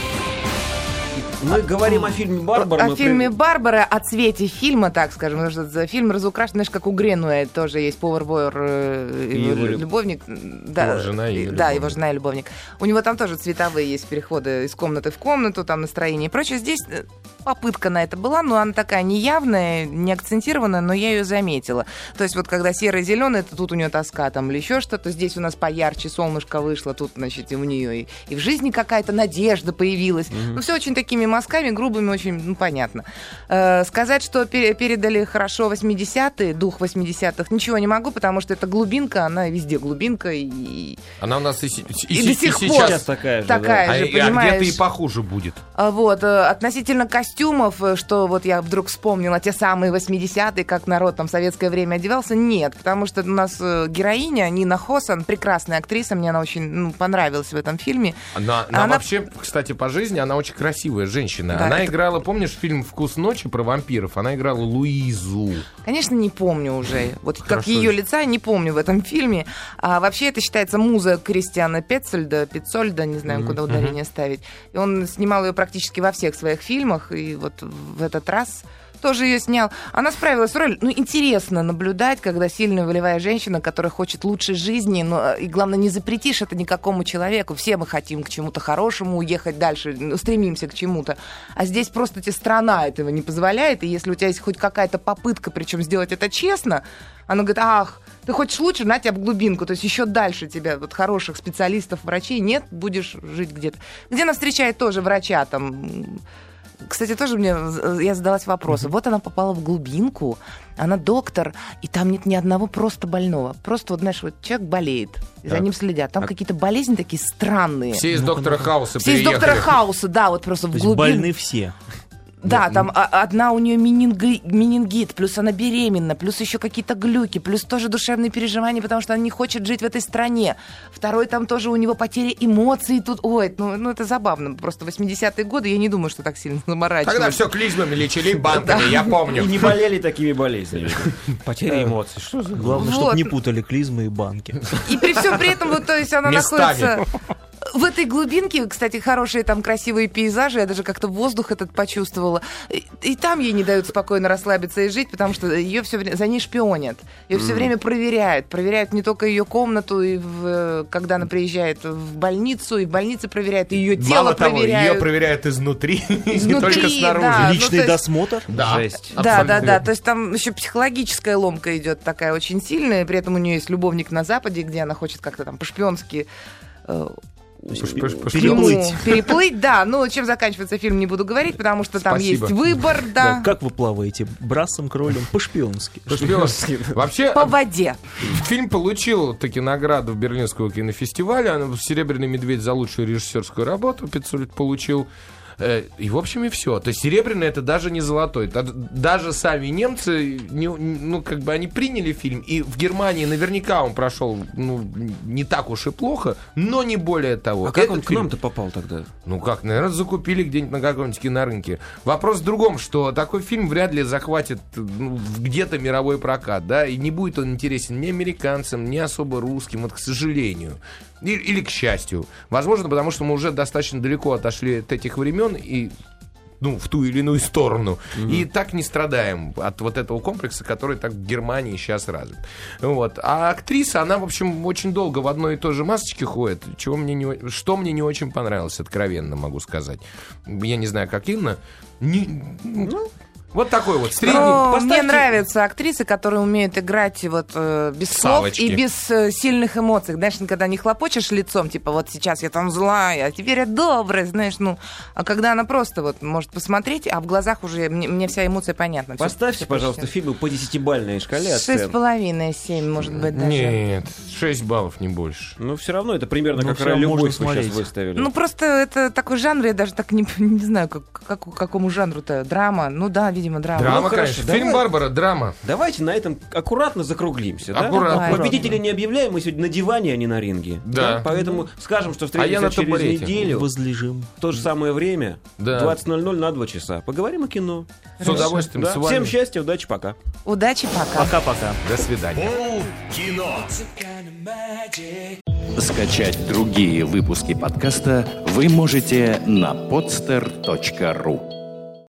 Мы говорим о фильме «Барбара». О фильме «Барбара», о цвете фильма, так скажем. Потому что фильм разукрашен, знаешь, как у Гренуэя тоже есть повар-войер, его любовник. Да, его жена и любовник. У него там тоже цветовые есть переходы из комнаты в комнату, там настроение и прочее. Здесь попытка на это была, но она такая неявная, не акцентированная, но я ее заметила. То есть вот когда серо-зеленый, то тут у нее тоска там или еще что-то. Здесь у нас поярче солнышко вышло, тут, значит, и у нее и в жизни какая-то надежда появилась. Ну, все очень такими мазками, грубыми, очень, понятно. Сказать, что передали хорошо 80-е, дух 80-х, ничего не могу, потому что это глубинка, она везде глубинка. И... Она у нас и до сих пор сейчас такая же, понимаешь? А где-то и похуже будет. Относительно костюмов, что вот я вдруг вспомнила, те самые 80-е, как народ там в советское время одевался, нет, потому что у нас героиня Нина Хосан, прекрасная актриса, мне она очень понравилась в этом фильме. Она вообще, кстати, по жизни, она очень красивая женщина. Да, она играла, помнишь, фильм «Вкус ночи» про вампиров? Она играла Луизу. Конечно, не помню уже. Вот Хорошо. как ее лица, не помню в этом фильме. А вообще это считается муза Кристиана Петцольда, не знаю, куда ударение ставить. И он снимал ее практически во всех своих фильмах, и вот в этот раз тоже ее снял. Она справилась с ролью. Интересно наблюдать, когда сильная волевая женщина, которая хочет лучшей жизни, но и главное, не запретишь это никакому человеку. Все мы хотим к чему-то хорошему, уехать дальше, стремимся к чему-то. А здесь просто тебе страна этого не позволяет, и если у тебя есть хоть какая-то попытка, причем сделать это честно, она говорит: ах, ты хочешь лучше, на тебя в глубинку, то есть еще дальше тебя, вот хороших специалистов, врачей нет, будешь жить где-то. Где она встречает тоже врача там. Кстати, тоже я задалась вопросом. Вот она попала в глубинку, она доктор, и там нет ни одного просто больного. Просто, вот, знаешь, вот человек болеет, и за ним следят. Там какие-то болезни такие странные. Все из «Доктора Хауса» Все из «Доктора Хауса», да, вот просто в глубинку. Больны все. Да, там одна у нее менингит, плюс она беременна, плюс еще какие-то глюки, плюс тоже душевные переживания, потому что она не хочет жить в этой стране. Второй там тоже у него потеря эмоций. Тут, это забавно. Просто 80-е годы, я не думаю, что так сильно заморачивались. Тогда все клизмами лечили, банками, я помню. И не болели такими болезнями. Потеря эмоций. Что за... Главное, чтобы не путали клизмы и банки. И при всем при этом, то есть она находится... В этой глубинке, кстати, хорошие там красивые пейзажи, я даже как-то воздух этот почувствовала. И там ей не дают спокойно расслабиться и жить, потому что ее все время, за ней шпионят. Ее все время проверяют. Проверяют не только ее комнату, когда она приезжает в больницу, и в больнице проверяют, и ее тело Мало проверяют. Того, ее проверяют изнутри, не только снаружи. Да, личный досмотр? Да, жесть. Да. То есть там еще психологическая ломка идет такая очень сильная, при этом у нее есть любовник на Западе, где она хочет как-то там по-шпионски... Переплыть, да. Чем заканчивается фильм, не буду говорить, потому что там есть выбор, да. Как вы плаваете? Брасом, кролем, по-шпионски. По-шпионски. Вообще, по воде. Фильм получил таки награду в Берлинского кинофестиваля. «Серебряный медведь» за лучшую режиссерскую работу 500 лет получил. И, в общем, и все. То есть серебряный — это даже не золотой. Даже сами немцы, они приняли фильм, и в Германии наверняка он прошел, не так уж и плохо, но не более того. А как он к нам-то попал тогда? Наверное, закупили где-нибудь на каком-нибудь кинорынке. Вопрос в другом, что такой фильм вряд ли захватит где-то мировой прокат, да, и не будет он интересен ни американцам, ни особо русским, вот, к сожалению. Или к счастью. Возможно, потому что мы уже достаточно далеко отошли от этих времен и в ту или иную сторону. И так не страдаем от вот этого комплекса, который так в Германии сейчас развит. Вот. А актриса, она, в общем, очень долго в одной и той же масочке ходит, что мне не очень понравилось, откровенно могу сказать. Я не знаю, как Инна. Вот такой вот средний. Мне нравятся актрисы, которые умеют играть без слов и без сильных эмоций. Знаешь, когда не хлопочешь лицом, типа вот сейчас я там злая, а теперь я добрая, знаешь, а когда она просто может посмотреть, а в глазах уже мне вся эмоция понятна. Поставьте, пожалуйста, фильмы по 10-бальной шкале. 6,5, 7, может быть, даже. Нет, 6 баллов, не больше. Все равно это примерно как «Любовь» вы сейчас выставили. Просто это такой жанр, я даже так не знаю, какому жанру-то. Драма, видимо, драма. Драма, конечно. Фильм «Барбара», драма. Давайте на этом аккуратно закруглимся. Аккуратно. Победителя не объявляем, мы сегодня на диване, а не на ринге. Да. Поэтому скажем, что встретимся через неделю. Возлежим. В то же самое время. 20:00 на 2 часа. Поговорим о кино. С удовольствием с вами. Всем счастья, удачи, пока. Удачи, пока. Пока-пока. До свидания. Кино. Скачать другие выпуски подкаста вы можете на podster.ru.